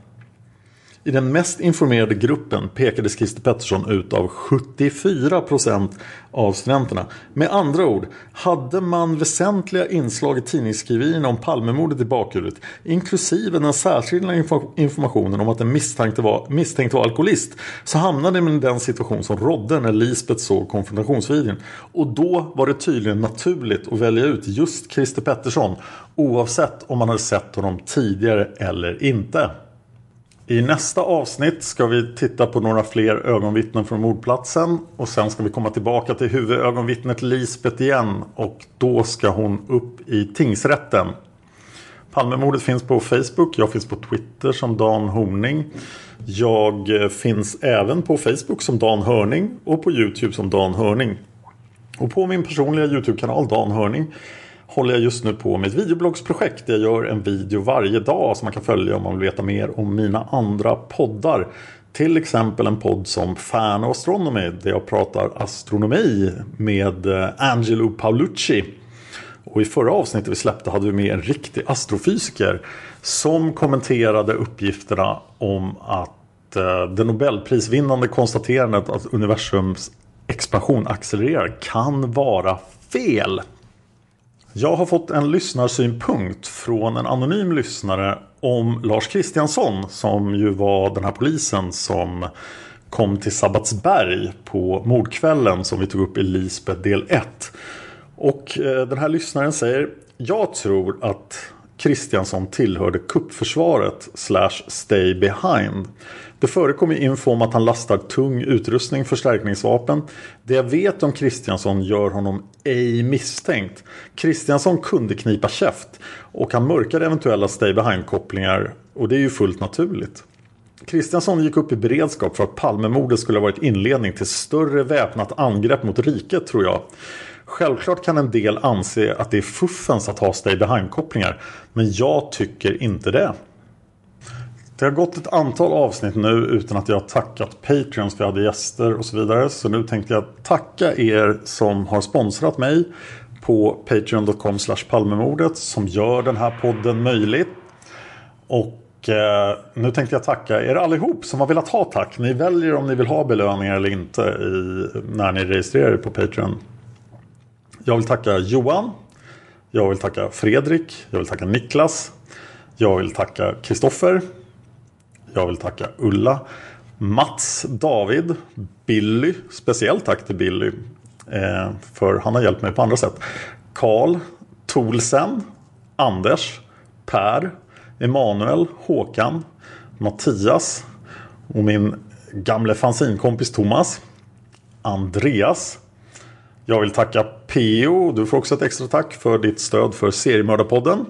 I den mest informerade gruppen pekades Christer Pettersson ut av 74% av studenterna. Med andra ord, hade man väsentliga inslag i tidningsskriverierna om Palmemordet i bakhuvudet, inklusive den särskilda informationen om att den misstänkte var alkoholist, så hamnade man i den situation som rådde när Lisbeth såg konfrontationsvideon. Och då var det tydligen naturligt att välja ut just Christer Pettersson, oavsett om man hade sett honom tidigare eller inte. I nästa avsnitt ska vi titta på några fler ögonvittnen från mordplatsen och sen ska vi komma tillbaka till huvudögonvittnet Lisbeth igen och då ska hon upp i tingsrätten. Palmemordet finns på Facebook, jag finns på Twitter som Dan Horning. Jag finns även på Facebook som Dan Hörning och på YouTube som Dan Hörning. Och på min personliga YouTube-kanal Dan Hörning håller jag just nu på med ett videobloggsprojekt där jag gör en video varje dag som man kan följa om man vill veta mer om mina andra poddar. Till exempel en podd som Fan och Astronomy där jag pratar astronomi med Angelo Paolucci. Och i förra avsnittet vi släppte hade vi med en riktig astrofysiker som kommenterade uppgifterna om att det Nobelprisvinnande konstaterandet att universums expansion accelererar kan vara fel. Jag har fått en lyssnarsynpunkt från en anonym lyssnare om Lars Kristiansson som ju var den här polisen som kom till Sabbatsberg på mordkvällen som vi tog upp i Lisbeth del 1. Och den här lyssnaren säger: jag tror att Kristiansson tillhörde kuppförsvaret / stay behind. Det förekommer info om att han lastar tung utrustning, förstärkningsvapen. Det jag vet om Kristiansson gör honom ej misstänkt. Kristiansson kunde knipa käft och han mörkade eventuella stay behind-kopplingar och det är ju fullt naturligt. Kristiansson gick upp i beredskap för att Palmemordet skulle ha varit inledning till större väpnat angrepp mot riket, tror jag. Självklart kan en del anse att det är fuffens att ha stay behind-kopplingar, men jag tycker inte det. Det har gått ett antal avsnitt nu utan att jag har tackat Patreons för jag hade gäster och så vidare. Så nu tänkte jag tacka er som har sponsrat mig på patreon.com/palmemordet som gör den här podden möjlig. Och nu tänkte jag tacka er allihop som har velat ha tack. Ni väljer om ni vill ha belöningar eller inte när ni registrerar er på Patreon. Jag vill tacka Johan. Jag vill tacka Fredrik. Jag vill tacka Niklas. Jag vill tacka Kristoffer. Jag vill tacka Ulla, Mats, David, Billy. Speciellt tack till Billy. För han har hjälpt mig på andra sätt. Karl, Tolsen, Anders, Per, Emanuel, Håkan, Mattias och min gamle fanzinkompis Thomas, Andreas. Jag vill tacka P.O. Du får också ett extra tack för ditt stöd för Seriemördarpodden.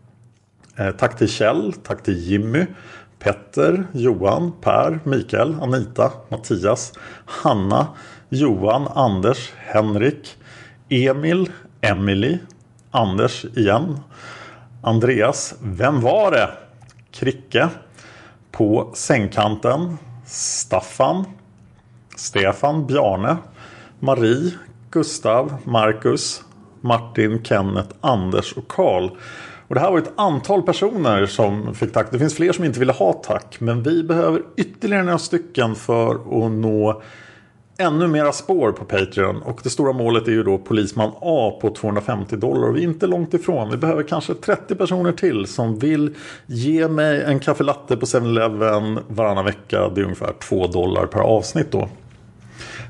Tack till Kjell, tack till Jimmy, Petter, Johan, Per, Mikael, Anita, Mattias, Hanna, Johan, Anders, Henrik, Emil, Emily, Anders igen, Andreas, vem var det? Kricke, på sängkanten, Staffan, Stefan, Bjarne, Marie, Gustav, Marcus, Martin, Kenneth, Anders och Karl. Och det här var ett antal personer som fick tack. Det finns fler som inte ville ha tack. Men vi behöver ytterligare några stycken för att nå ännu mera spår på Patreon. Och det stora målet är ju då Polisman A på $250. Och vi är inte långt ifrån. Vi behöver kanske 30 personer till som vill ge mig en kaffelatte på 7-Eleven varannan vecka. Det är ungefär $2 per avsnitt då.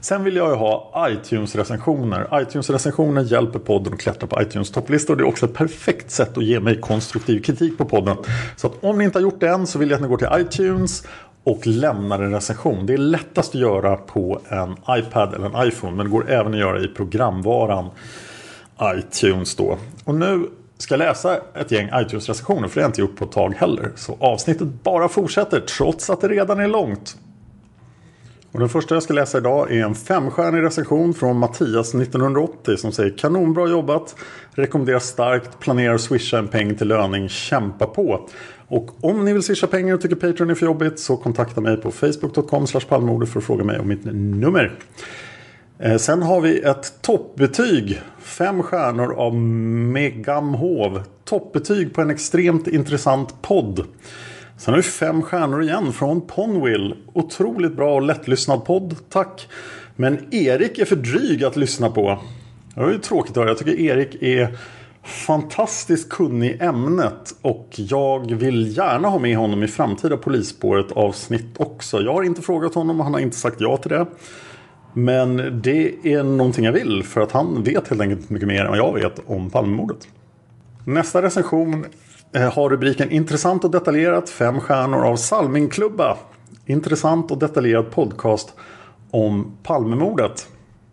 Sen vill jag ju ha iTunes-recensioner. iTunes-recensioner hjälper podden att klättra på iTunes topplistor. Det är också ett perfekt sätt att ge mig konstruktiv kritik på podden. Så att om ni inte har gjort det än så vill jag att ni går till iTunes och lämnar en recension. Det är lättast att göra på en iPad eller en iPhone, men det går även att göra i programvaran iTunes då. Och nu ska jag läsa ett gäng iTunes-recensioner, för det har jag inte gjort på ett tag heller. Så avsnittet bara fortsätter trots att det redan är långt. Och den första jag ska läsa idag är en 5-stjärnig recension från Mattias 1980 som säger: kanonbra jobbat, rekommenderar starkt, planerar att swisha en peng till löning, kämpa på. Och om ni vill swisha pengar och tycker Patreon är för jobbigt så kontakta mig på facebook.com/palmemordet för att fråga mig om mitt nummer. Sen har vi ett toppbetyg, 5 stjärnor av Megamhov. Toppbetyg på en extremt intressant podd. Sen har vi 5 stjärnor igen från Ponwill. Otroligt bra och lättlyssnad podd, tack. Men Erik är för dryg att lyssna på. Det var ju tråkigt att höra. Jag tycker Erik är fantastiskt kunnig i ämnet. Och jag vill gärna ha med honom i framtida Polisspåret avsnitt också. Jag har inte frågat honom och han har inte sagt ja till det. Men det är någonting jag vill, för att han vet helt enkelt mycket mer än vad jag vet om Palmemordet. Nästa recension har rubriken intressant och detaljerat, 5 stjärnor av Salmingklubba. Intressant och detaljerad podcast om Palmemordet.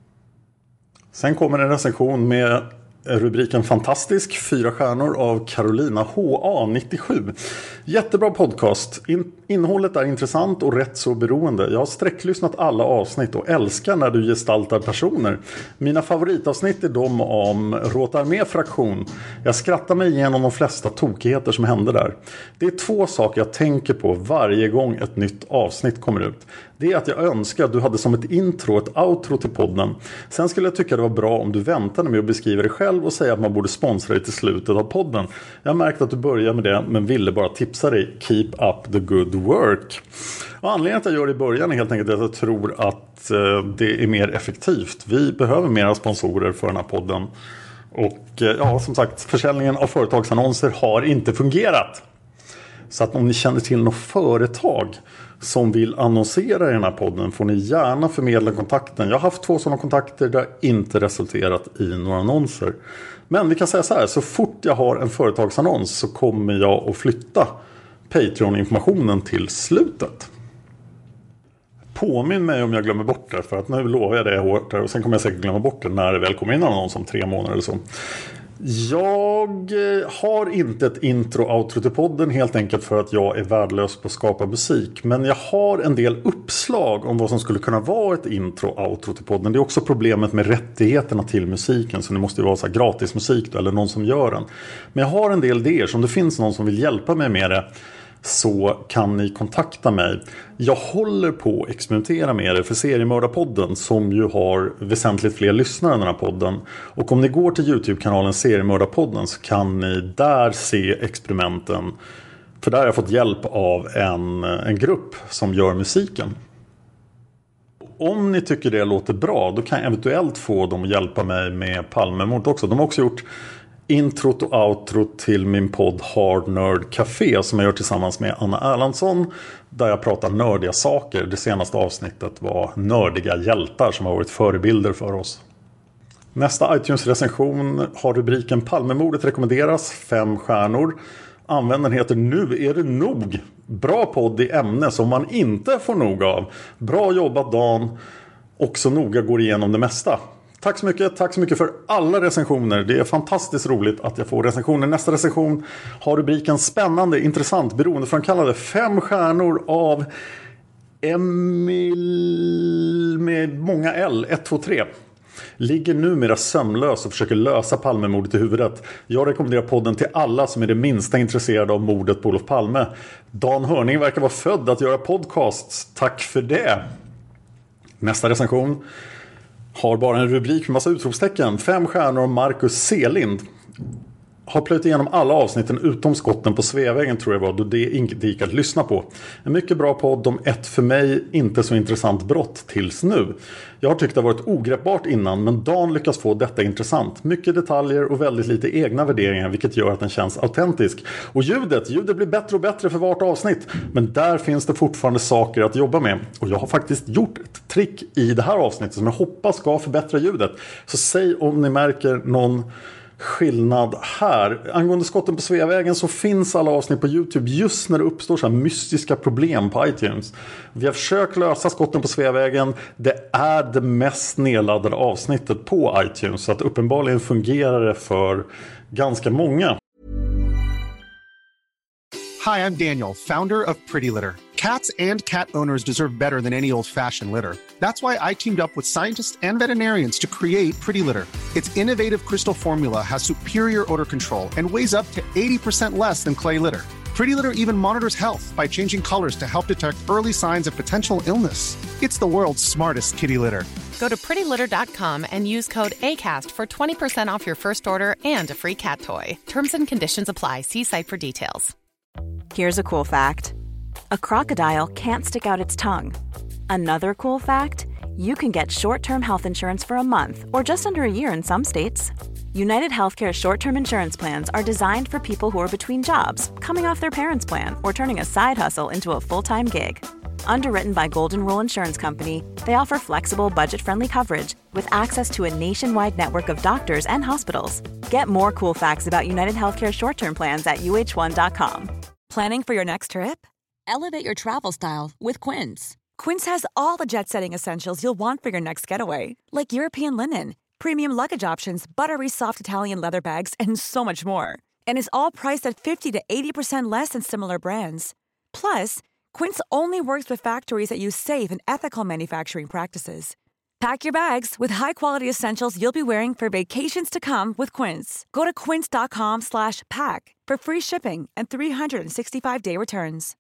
Sen kommer en recension med rubriken fantastisk, 4 stjärnor av Carolina HA97. Jättebra podcast. Innehållet är intressant och rätt så beroende. Jag har sträcklyssnat alla avsnitt och älskar när du gestaltar personer. Mina favoritavsnitt är de om Råtarmé-fraktion. Jag skrattar mig igenom de flesta tokigheter som händer där. Det är 2 saker jag tänker på varje gång ett nytt avsnitt kommer ut. Det är att jag önskar att du hade som ett intro, ett outro till podden. Sen skulle jag tycka det var bra om du väntade med att beskriva dig själv och säga att man borde sponsra dig till slutet av podden. Jag märkte att du började med det, men ville bara tipsa dig. Keep up the good work. Och anledningen till att jag gör det i början är helt enkelt att jag tror att det är mer effektivt. Vi behöver mera sponsorer för den här podden. Och ja, som sagt, försäljningen av företagsannonser har inte fungerat. Så att om ni känner till något företag som vill annonsera i den här podden får ni gärna förmedla kontakten. Jag har haft 2 sådana kontakter där inte resulterat i några annonser. Men vi kan säga så här, så fort jag har en företagsannons så kommer jag att flytta Patreon-informationen till slutet. Påminn mig om jag glömmer bort det, för att nu lovar jag det hårt och sen kommer jag säkert glömma bort det när det väl kommer in annons om 3 månader eller så. Jag har inte ett intro-outro till podden helt enkelt för att jag är värdelös på att skapa musik. Men jag har en del uppslag om vad som skulle kunna vara ett intro-outro till podden. Det är också problemet med rättigheterna till musiken, så det måste ju vara så här gratis musik då, eller någon som gör den. Men jag har en del idéer, så om det finns någon som vill hjälpa mig med det så kan ni kontakta mig. Jag håller på att experimentera med det för Seriemördarpodden, som ju har väsentligt fler lyssnare än den här podden. Och om ni går till YouTube-kanalen Seriemördarpodden så kan ni där se experimenten. För där har jag fått hjälp av en grupp som gör musiken. Om ni tycker det låter bra, då kan jag eventuellt få dem att hjälpa mig med Palmemordet också. De har också gjort introt och outro till min podd Hard Nerd Café som jag gör tillsammans med Anna Erlandsson, där jag pratar nördiga saker. Det senaste avsnittet var nördiga hjältar som har varit förebilder för oss. Nästa iTunes-recension har rubriken Palmemordet rekommenderas, 5 stjärnor. Användaren heter Nu är det nog. Bra podd i ämne som man inte får nog av. Bra jobbat Dan. Också noga går igenom det mesta. Tack så mycket för alla recensioner. Det är fantastiskt roligt att jag får recensioner. Nästa recension har rubriken spännande, intressant, beroendeframkallande, 5 stjärnor av Emil med många L, 123. Ligger numera sömnlös och försöker lösa Palmemordet i huvudet. Jag rekommenderar podden till alla som är det minsta intresserade av mordet på Olof Palme. Dan Hörning verkar vara född att göra podcasts. Tack för det. Nästa recension har bara en rubrik med massa utropstecken. 5 stjärnor av Marcus Selind. har plöjt igenom alla avsnitten utom Skotten på Sveavägen tror jag var, då det inte gick att lyssna på. En mycket bra podd om ett för mig inte så intressant brott tills nu. Jag har tyckt det varit ogreppbart innan, men Dan lyckas få detta intressant. Mycket detaljer och väldigt lite egna värderingar, vilket gör att den känns autentisk. Och ljudet blir bättre och bättre för vart avsnitt, men där finns det fortfarande saker att jobba med. Och jag har faktiskt gjort ett trick i det här avsnittet som jag hoppas ska förbättra ljudet. Så säg om ni märker någon skillnad här. Angående Skotten på Sveavägen så finns alla avsnitt på YouTube just när det uppstår så här mystiska problem på iTunes. Vi har försökt lösa Skotten på Sveavägen. Det är det mest nedladdade avsnittet på iTunes, så att uppenbarligen fungerar det för ganska många. Hi, I'm Daniel, founder of Pretty Litter. Cats and cat owners deserve better than any old-fashioned litter. That's why I teamed up with scientists and veterinarians to create Pretty Litter. Its innovative crystal formula has superior odor control and weighs up to 80% less than clay litter. Pretty Litter even monitors health by changing colors to help detect early signs of potential illness. It's the world's smartest kitty litter. Go to prettylitter.com and use code ACAST for 20% off your first order and a free cat toy. Terms and conditions apply. See site for details. Here's a cool fact. A crocodile can't stick out its tongue. Another cool fact, you can get short-term health insurance for a month or just under a year in some states. United Healthcare short-term insurance plans are designed for people who are between jobs, coming off their parents' plan, or turning a side hustle into a full-time gig. Underwritten by Golden Rule Insurance Company, they offer flexible, budget-friendly coverage with access to a nationwide network of doctors and hospitals. Get more cool facts about United Healthcare short-term plans at uh1.com. Planning for your next trip? Elevate your travel style with Quince. Quince has all the jet-setting essentials you'll want for your next getaway, like European linen, premium luggage options, buttery soft Italian leather bags, and so much more. And is all priced at 50 to 80% less than similar brands. Plus, Quince only works with factories that use safe and ethical manufacturing practices. Pack your bags with high-quality essentials you'll be wearing for vacations to come with Quince. Go to quince.com/pack for free shipping and 365-day returns.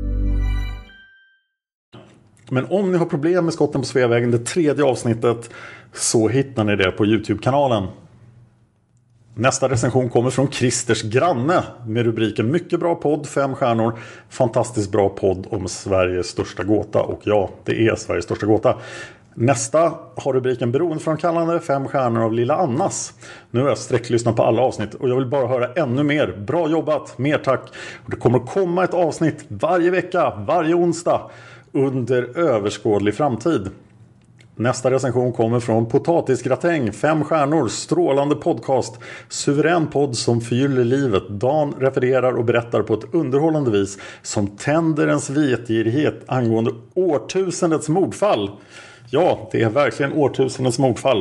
Men om ni har problem med Skotten på Sveavägen, det tredje avsnittet, så hittar ni det på YouTube-kanalen. Nästa recension kommer från Christers granne med rubriken Mycket bra podd, 5 stjärnor. Fantastiskt bra podd om Sveriges största gåta. Och ja, det är Sveriges största gåta. Nästa har rubriken Beroendeframkallande, 5 stjärnor av Lilla Annas. Nu har jag sträcklyssnat på alla avsnitt och jag vill bara höra ännu mer. Bra jobbat, mer tack. Och det kommer komma ett avsnitt varje vecka, varje onsdag under överskådlig framtid. Nästa recension kommer från Potatisgratäng, 5 stjärnor, strålande podcast, suverän podd som förgyller livet. Dan refererar och berättar på ett underhållande vis som tänder ens vetgirighet angående årtusendets mordfall. Ja, det är verkligen årtusendets mordfall.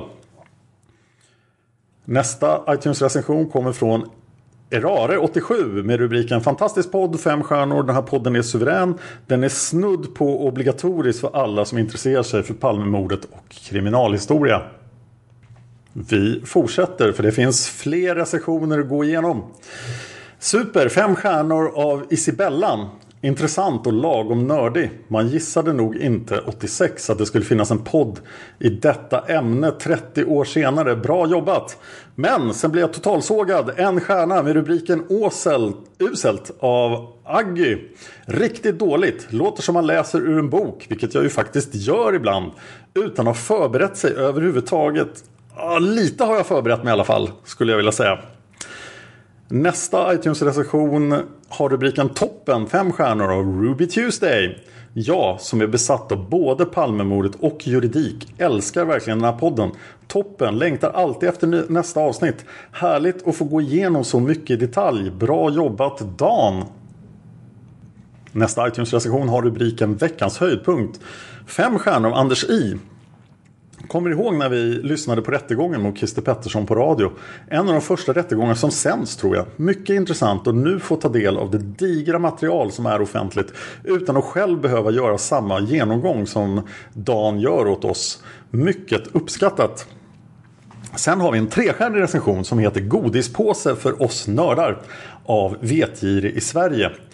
Nästa iTunes-recension kommer från Erare87 med rubriken Fantastisk podd, 5 stjärnor. Den här podden är suverän. Den är snudd på obligatorisk för alla som intresserar sig för Palmemordet och kriminalhistoria. Vi fortsätter för det finns fler recensioner att gå igenom. Super, 5 stjärnor av Isabellan. Intressant och lagom nördig. Man gissade nog inte 86 att det skulle finnas en podd i detta ämne 30 år senare. Bra jobbat! Men sen blev jag totalsågad. 1 stjärna med rubriken Uselt av Aggy. Riktigt dåligt. Låter som man läser ur en bok, vilket jag ju faktiskt gör ibland, utan att ha förberett sig överhuvudtaget. Lite har jag förberett mig i alla fall, skulle jag vilja säga. Nästa iTunes-recension har rubriken Toppen, 5 stjärnor av Ruby Tuesday. Jag som är besatt av både Palmemordet och juridik älskar verkligen den här podden. Toppen, längtar alltid efter nästa avsnitt. Härligt att få gå igenom så mycket i detalj. Bra jobbat, Dan. Nästa iTunes-recension har rubriken Veckans höjdpunkt. 5 stjärnor av Anders I. Kommer ihåg när vi lyssnade på rättegången mot Christer Pettersson på radio? En av de första rättegångar som sänds, tror jag. Mycket intressant att nu få ta del av det digra material som är offentligt utan att själv behöva göra samma genomgång som Dan gör åt oss. Mycket uppskattat. Sen har vi en 3-stjärnig recension som heter Godispåse för oss nördar av Vetgirig i Sverige.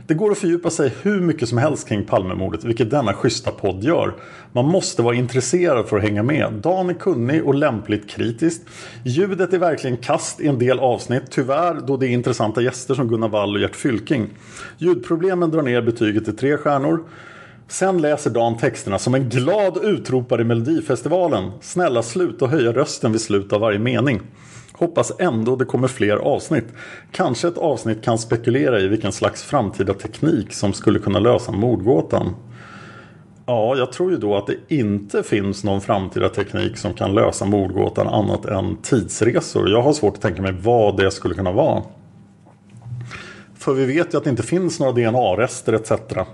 Det går att fördjupa sig hur mycket som helst kring Palmemordet, vilket denna schyssta podd gör. Man måste vara intresserad för att hänga med. Dan är kunnig och lämpligt kritiskt. Ljudet är verkligen kast i en del avsnitt, tyvärr då det är intressanta gäster som Gunnar Wall och Gert Fylking. Ljudproblemen drar ner betyget till 3 stjärnor. Sen läser Dan texterna som en glad utropare i Melodifestivalen. Snälla sluta höja rösten vid slutet av varje mening. Hoppas ändå det kommer fler avsnitt. Kanske ett avsnitt kan spekulera i vilken slags framtida teknik som skulle kunna lösa mordgåtan. Ja, jag tror ju då att det inte finns någon framtida teknik som kan lösa mordgåtan annat än tidsresor. Jag har svårt att tänka mig vad det skulle kunna vara. För vi vet ju att det inte finns några DNA-rester etc.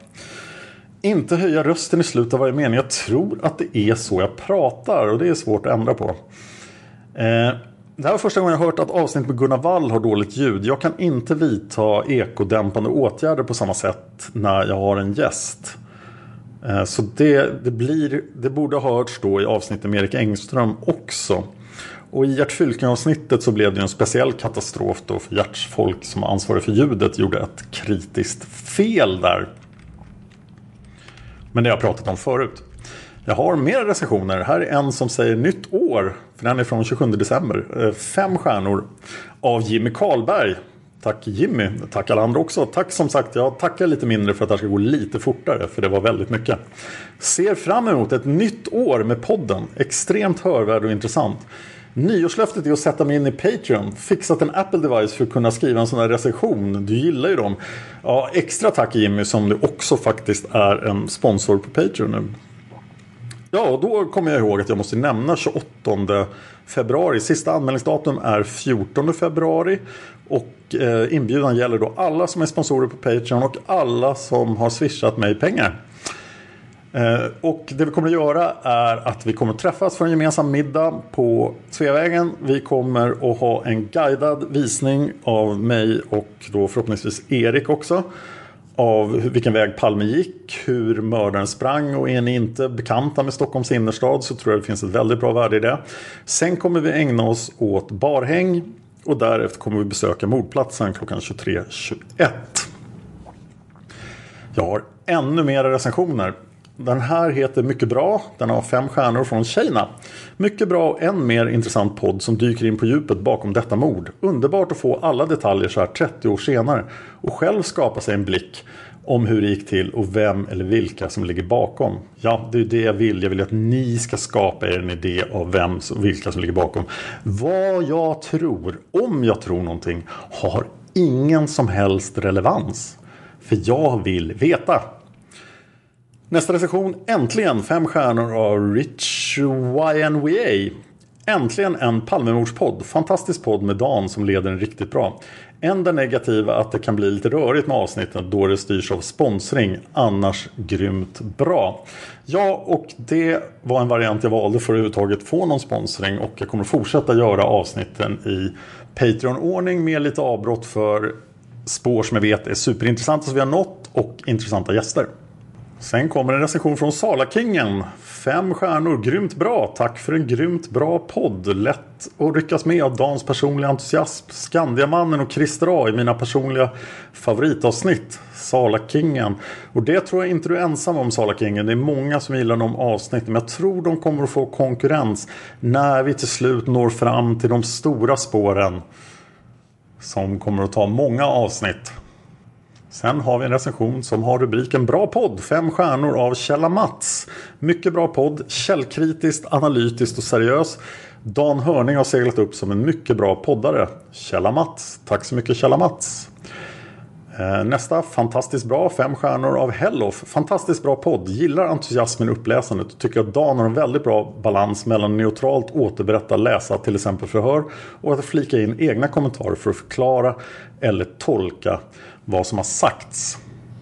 Inte höja rösten i slutet av varje mening. Jag tror att det är så jag pratar och det är svårt att ändra på. Det här var första gången jag hört att avsnitt med Gunnar Wall har dåligt ljud. Jag kan inte vidta ekodämpande åtgärder på samma sätt när jag har en gäst. Så det borde ha hörts då i avsnittet med Erik Engström också. Och i Gert Fylking-avsnittet så blev det en speciell katastrof då för Gerts folk som ansvarig för ljudet gjorde ett kritiskt fel där. Men det har jag pratat om förut. Jag har mer recensioner. Här är en som säger nytt år. För den är från 27 december. 5 stjärnor av Jimmy Karlberg. Tack Jimmy. Tack alla andra också. Tack som sagt. Jag tackar lite mindre för att det här ska gå lite fortare. För det var väldigt mycket. Ser fram emot ett nytt år med podden. Extremt hörvärd och intressant. Nyårslöftet är att sätta mig in i Patreon. Fixat en Apple-device för att kunna skriva en sån här recension. Du gillar ju dem. Ja, extra tack Jimmy som du också faktiskt är en sponsor på Patreon nu. Ja, och då kommer jag ihåg att jag måste nämna 28 februari. Sista anmälningsdatum är 14 februari. Och inbjudan gäller då alla som är sponsorer på Patreon och alla som har swishat mig pengar. Och det vi kommer att göra är att vi kommer att träffas för en gemensam middag på Sveavägen. Vi kommer att ha en guidad visning av mig och då förhoppningsvis Erik också. Av vilken väg Palme gick, hur mördaren sprang, och är ni inte bekanta med Stockholms innerstad så tror jag det finns ett väldigt bra värde i det. Sen kommer vi ägna oss åt barhäng och därefter kommer vi besöka mordplatsen klockan 23:21. Jag har ännu mer recensioner. Den här heter Mycket bra. Den har 5 stjärnor från Kina. Mycket bra och än mer intressant podd som dyker in på djupet bakom detta mord. Underbart att få alla detaljer så här 30 år senare. Och själv skapa sig en blick om hur det gick till och vem eller vilka som ligger bakom. Ja, det är det jag vill. Jag vill att ni ska skapa er en idé av vem och vilka som ligger bakom. Vad jag tror, om jag tror någonting, har ingen som helst relevans. För jag vill veta. Nästa recension, äntligen 5 stjärnor av Rich YNWA. Äntligen en Palmemordspodd. Fantastisk podd med Dan som leder den riktigt bra. Enda negativa att det kan bli lite rörigt med avsnitten då det styrs av sponsring. Annars grymt bra. Ja, och det var en variant jag valde för att överhuvudtaget få någon sponsring. Och jag kommer fortsätta göra avsnitten i Patreon-ordning med lite avbrott för spår som jag vet är superintressanta som vi har nått och intressanta gäster. Sen kommer en recension från Salakingen. 5 stjärnor, grymt bra. Tack för en grymt bra podd. Lätt att ryckas med av Dans personliga entusiasm. Skandiamannen och Christer A i mina personliga favoritavsnitt. Salakingen. Och det tror jag inte du är ensam om, Salakingen. Det är många som gillar de avsnitten. Men jag tror de kommer att få konkurrens när vi till slut når fram till de stora spåren. Som kommer att ta många avsnitt. Sen har vi en recension som har rubriken Bra podd, 5 stjärnor av Kjella Mats. Mycket bra podd, källkritiskt, analytiskt och seriös. Dan Hörning har seglat upp som en mycket bra poddare. Kjella Mats, tack så mycket Kjella Mats. Nästa, fantastiskt bra, 5 stjärnor av Hellof. Fantastiskt bra podd, gillar entusiasmen i uppläsandet och tycker att Dan har en väldigt bra balans mellan neutralt återberätta, läsa till exempel förhör och att flika in egna kommentarer för att förklara eller tolka vad som har sagts.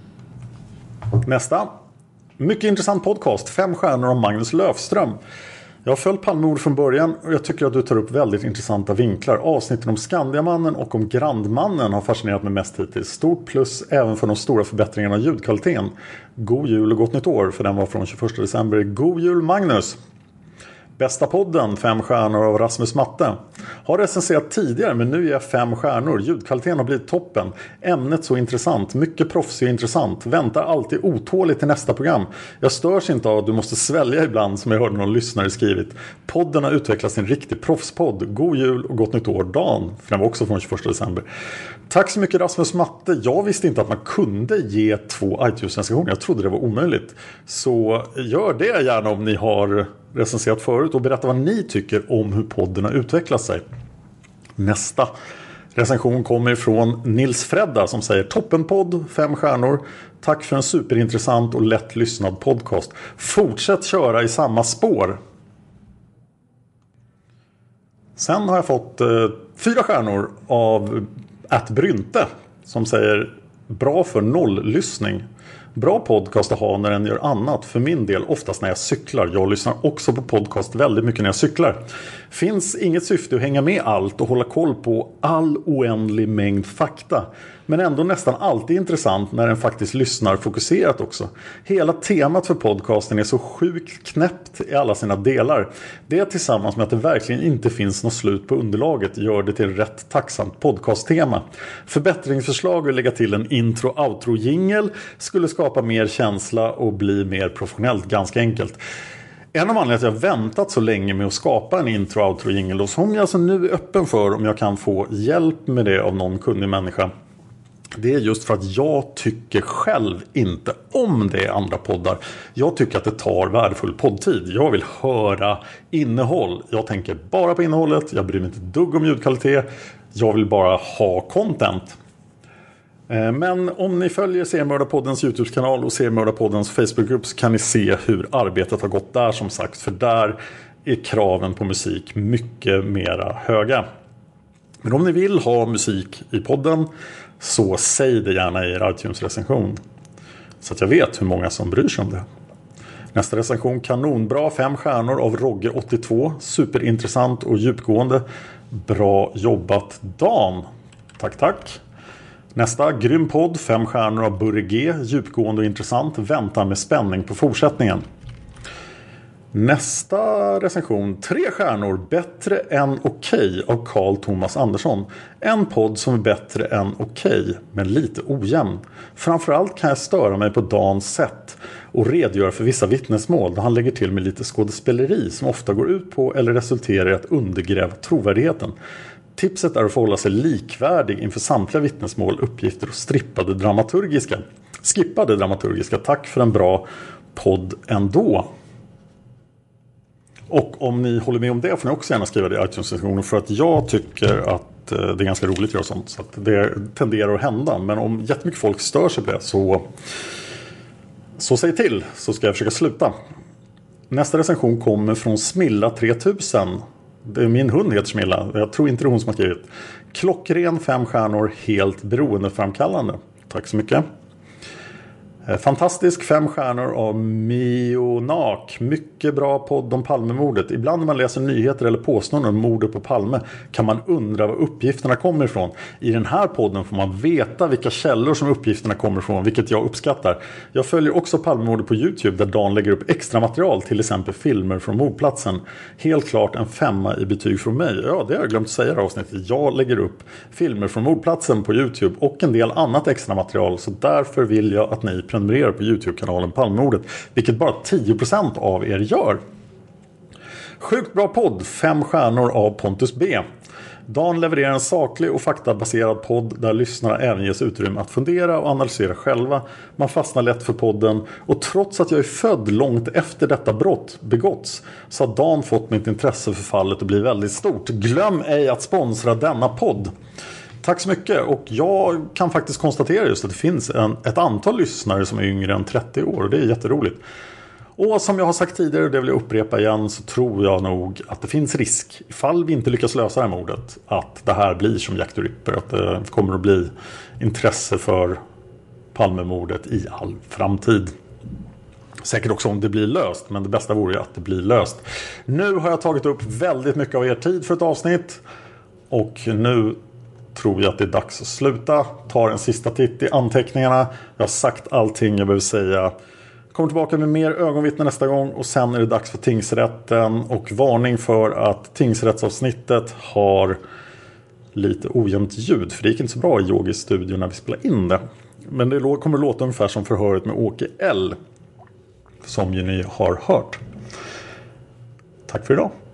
Nästa, mycket intressant podcast, 5 stjärnor av Magnus Löfström. Jag har följt Palmemord från början och jag tycker att du tar upp väldigt intressanta vinklar. Avsnitten om Skandiamannen och om Grandmannen har fascinerat mig mest hittills. Stort plus även för de stora förbättringarna av ljudkvaliteten. God jul och gott nytt år, för den var från 21 december. God jul Magnus! Bästa podden, 5 stjärnor av Rasmus Matte. Har recenserat tidigare men nu är jag 5 stjärnor. Ljudkvaliteten har blivit toppen. Ämnet så intressant. Mycket proffsigt och intressant. Väntar alltid otåligt till nästa program. Jag störs inte av att du måste svälja ibland som jag hörde någon lyssnare skrivit. Podden har utvecklats till en riktig proffspodd. God jul och gott nytt år, Dan. För den var också från 21 december. Tack så mycket Rasmus Matte. Jag visste inte att man kunde ge 2 iTunes-recensioner. Jag trodde det var omöjligt. Så gör det gärna om ni har recenserat förut och berätta vad ni tycker om hur podden har utvecklat sig. Nästa recension kommer från Nils Fredda som säger toppenpodd, 5 stjärnor. Tack för en superintressant och lätt lyssnad podcast. Fortsätt köra i samma spår. Sen har jag fått 4 stjärnor av @Brynte som säger bra för noll-lyssning. Bra podcast att ha när den gör annat. För min del oftast när jag cyklar. Jag lyssnar också på podcast väldigt mycket när jag cyklar. Finns inget syfte att hänga med allt och hålla koll på all oändlig mängd fakta. Men ändå nästan alltid intressant när den faktiskt lyssnar fokuserat också. Hela temat för podcasten är så sjukt knäppt i alla sina delar. Det tillsammans med att det verkligen inte finns något slut på underlaget gör det till rätt tacksamt podcasttema. Förbättringsförslag att lägga till en intro-outro-jingle skulle skapa mer känsla och bli mer professionellt, ganska enkelt. En av anledningarna till att jag väntat så länge med att skapa en intro-outro-jingle och som jag alltså nu är öppen för om jag kan få hjälp med det av någon kunnig människa. Det är just för att jag tycker själv inte om det i andra poddar. Jag tycker att det tar värdefull poddtid. Jag vill höra innehåll. Jag tänker bara på innehållet. Jag bryr mig inte ett dugg om ljudkvalitet. Jag vill bara ha content. Men om ni följer Seriemördarpoddens YouTube-kanal och Seriemördarpoddens Facebook-grupp så kan ni se hur arbetet har gått där som sagt. För där är kraven på musik mycket mera höga. Men om ni vill ha musik i podden så säg det gärna i er iTunes-recension. Så att jag vet hur många som bryr sig om det. Nästa recension kanonbra, 5 stjärnor av Rogge82. Superintressant och djupgående. Bra jobbat Dan. Tack. Nästa grym podd, 5 stjärnor av Burre G. Djupgående och intressant. Väntar med spänning på fortsättningen. Nästa recension, 3 stjärnor, bättre än okej av Carl Thomas Andersson. En podd som är bättre än okej, men lite ojämn. Framförallt kan jag störa mig på Dans sätt och redogöra för vissa vittnesmål där han lägger till med lite skådespeleri som ofta går ut på eller resulterar i att undergräva trovärdigheten. Tipset är att förhålla sig likvärdig inför samtliga vittnesmål, uppgifter och skippade dramaturgiska. Tack för en bra podd ändå. Och om ni håller med om det får ni också gärna skriva det i iTunes-recensioner för att jag tycker att det är ganska roligt att göra sånt. Så att det tenderar att hända. Men om jättemycket folk stör sig på det så säg till så ska jag försöka sluta. Nästa recension kommer från Smilla 3000. Det är min hund heter Smilla. Jag tror inte det är hon som har skrivit. Klockren 5 stjärnor, helt beroendeframkallande. Tack så mycket. Fantastisk 5 stjärnor av Mionak. Mycket bra podd om Palmemordet. Ibland när man läser nyheter eller påståenden om mordet på Palme kan man undra var uppgifterna kommer ifrån. I den här podden får man veta vilka källor som uppgifterna kommer ifrån, vilket jag uppskattar. Jag följer också Palmemordet på YouTube där Dan lägger upp extra material, till exempel filmer från mordplatsen. Helt klart en 5 i betyg från mig. Ja, det har jag glömt säga i avsnittet. Jag lägger upp filmer från mordplatsen på YouTube och en del annat extra material, så därför vill jag att ni prenumererar på YouTube-kanalen Palmemordet, vilket bara 10% av er gör. Sjukt bra podd, 5 stjärnor av Pontus B. Dan levererar en saklig och faktabaserad podd där lyssnarna även ges utrymme att fundera och analysera själva. Man fastnar lätt för podden och trots att jag är född långt efter detta brott begåtts så har Dan fått mitt intresse för fallet att bli väldigt stort. Glöm ej att sponsra denna podd. Tack så mycket, och jag kan faktiskt konstatera just att det finns ett antal lyssnare som är yngre än 30 år och det är jätteroligt. Och som jag har sagt tidigare, och det vill jag upprepa igen, så tror jag nog att det finns risk, ifall vi inte lyckas lösa det här mordet, att det här blir som Jack the Ripper, att det kommer att bli intresse för Palmemordet i all framtid. Säkert också om det blir löst, men det bästa vore ju att det blir löst. Nu har jag tagit upp väldigt mycket av er tid för ett avsnitt, och nu tror jag att det är dags att sluta. Tar en sista titt i anteckningarna. Jag har sagt allting jag behöver säga. Kommer tillbaka med mer ögonvittnen nästa gång. Och sen är det dags för tingsrätten. Och varning för att tingsrättsavsnittet har lite ojämnt ljud. För det gick inte så bra i Yogis studio när vi spelade in det. Men det kommer låta ungefär som förhöret med Åke L. Som ju ni har hört. Tack för idag.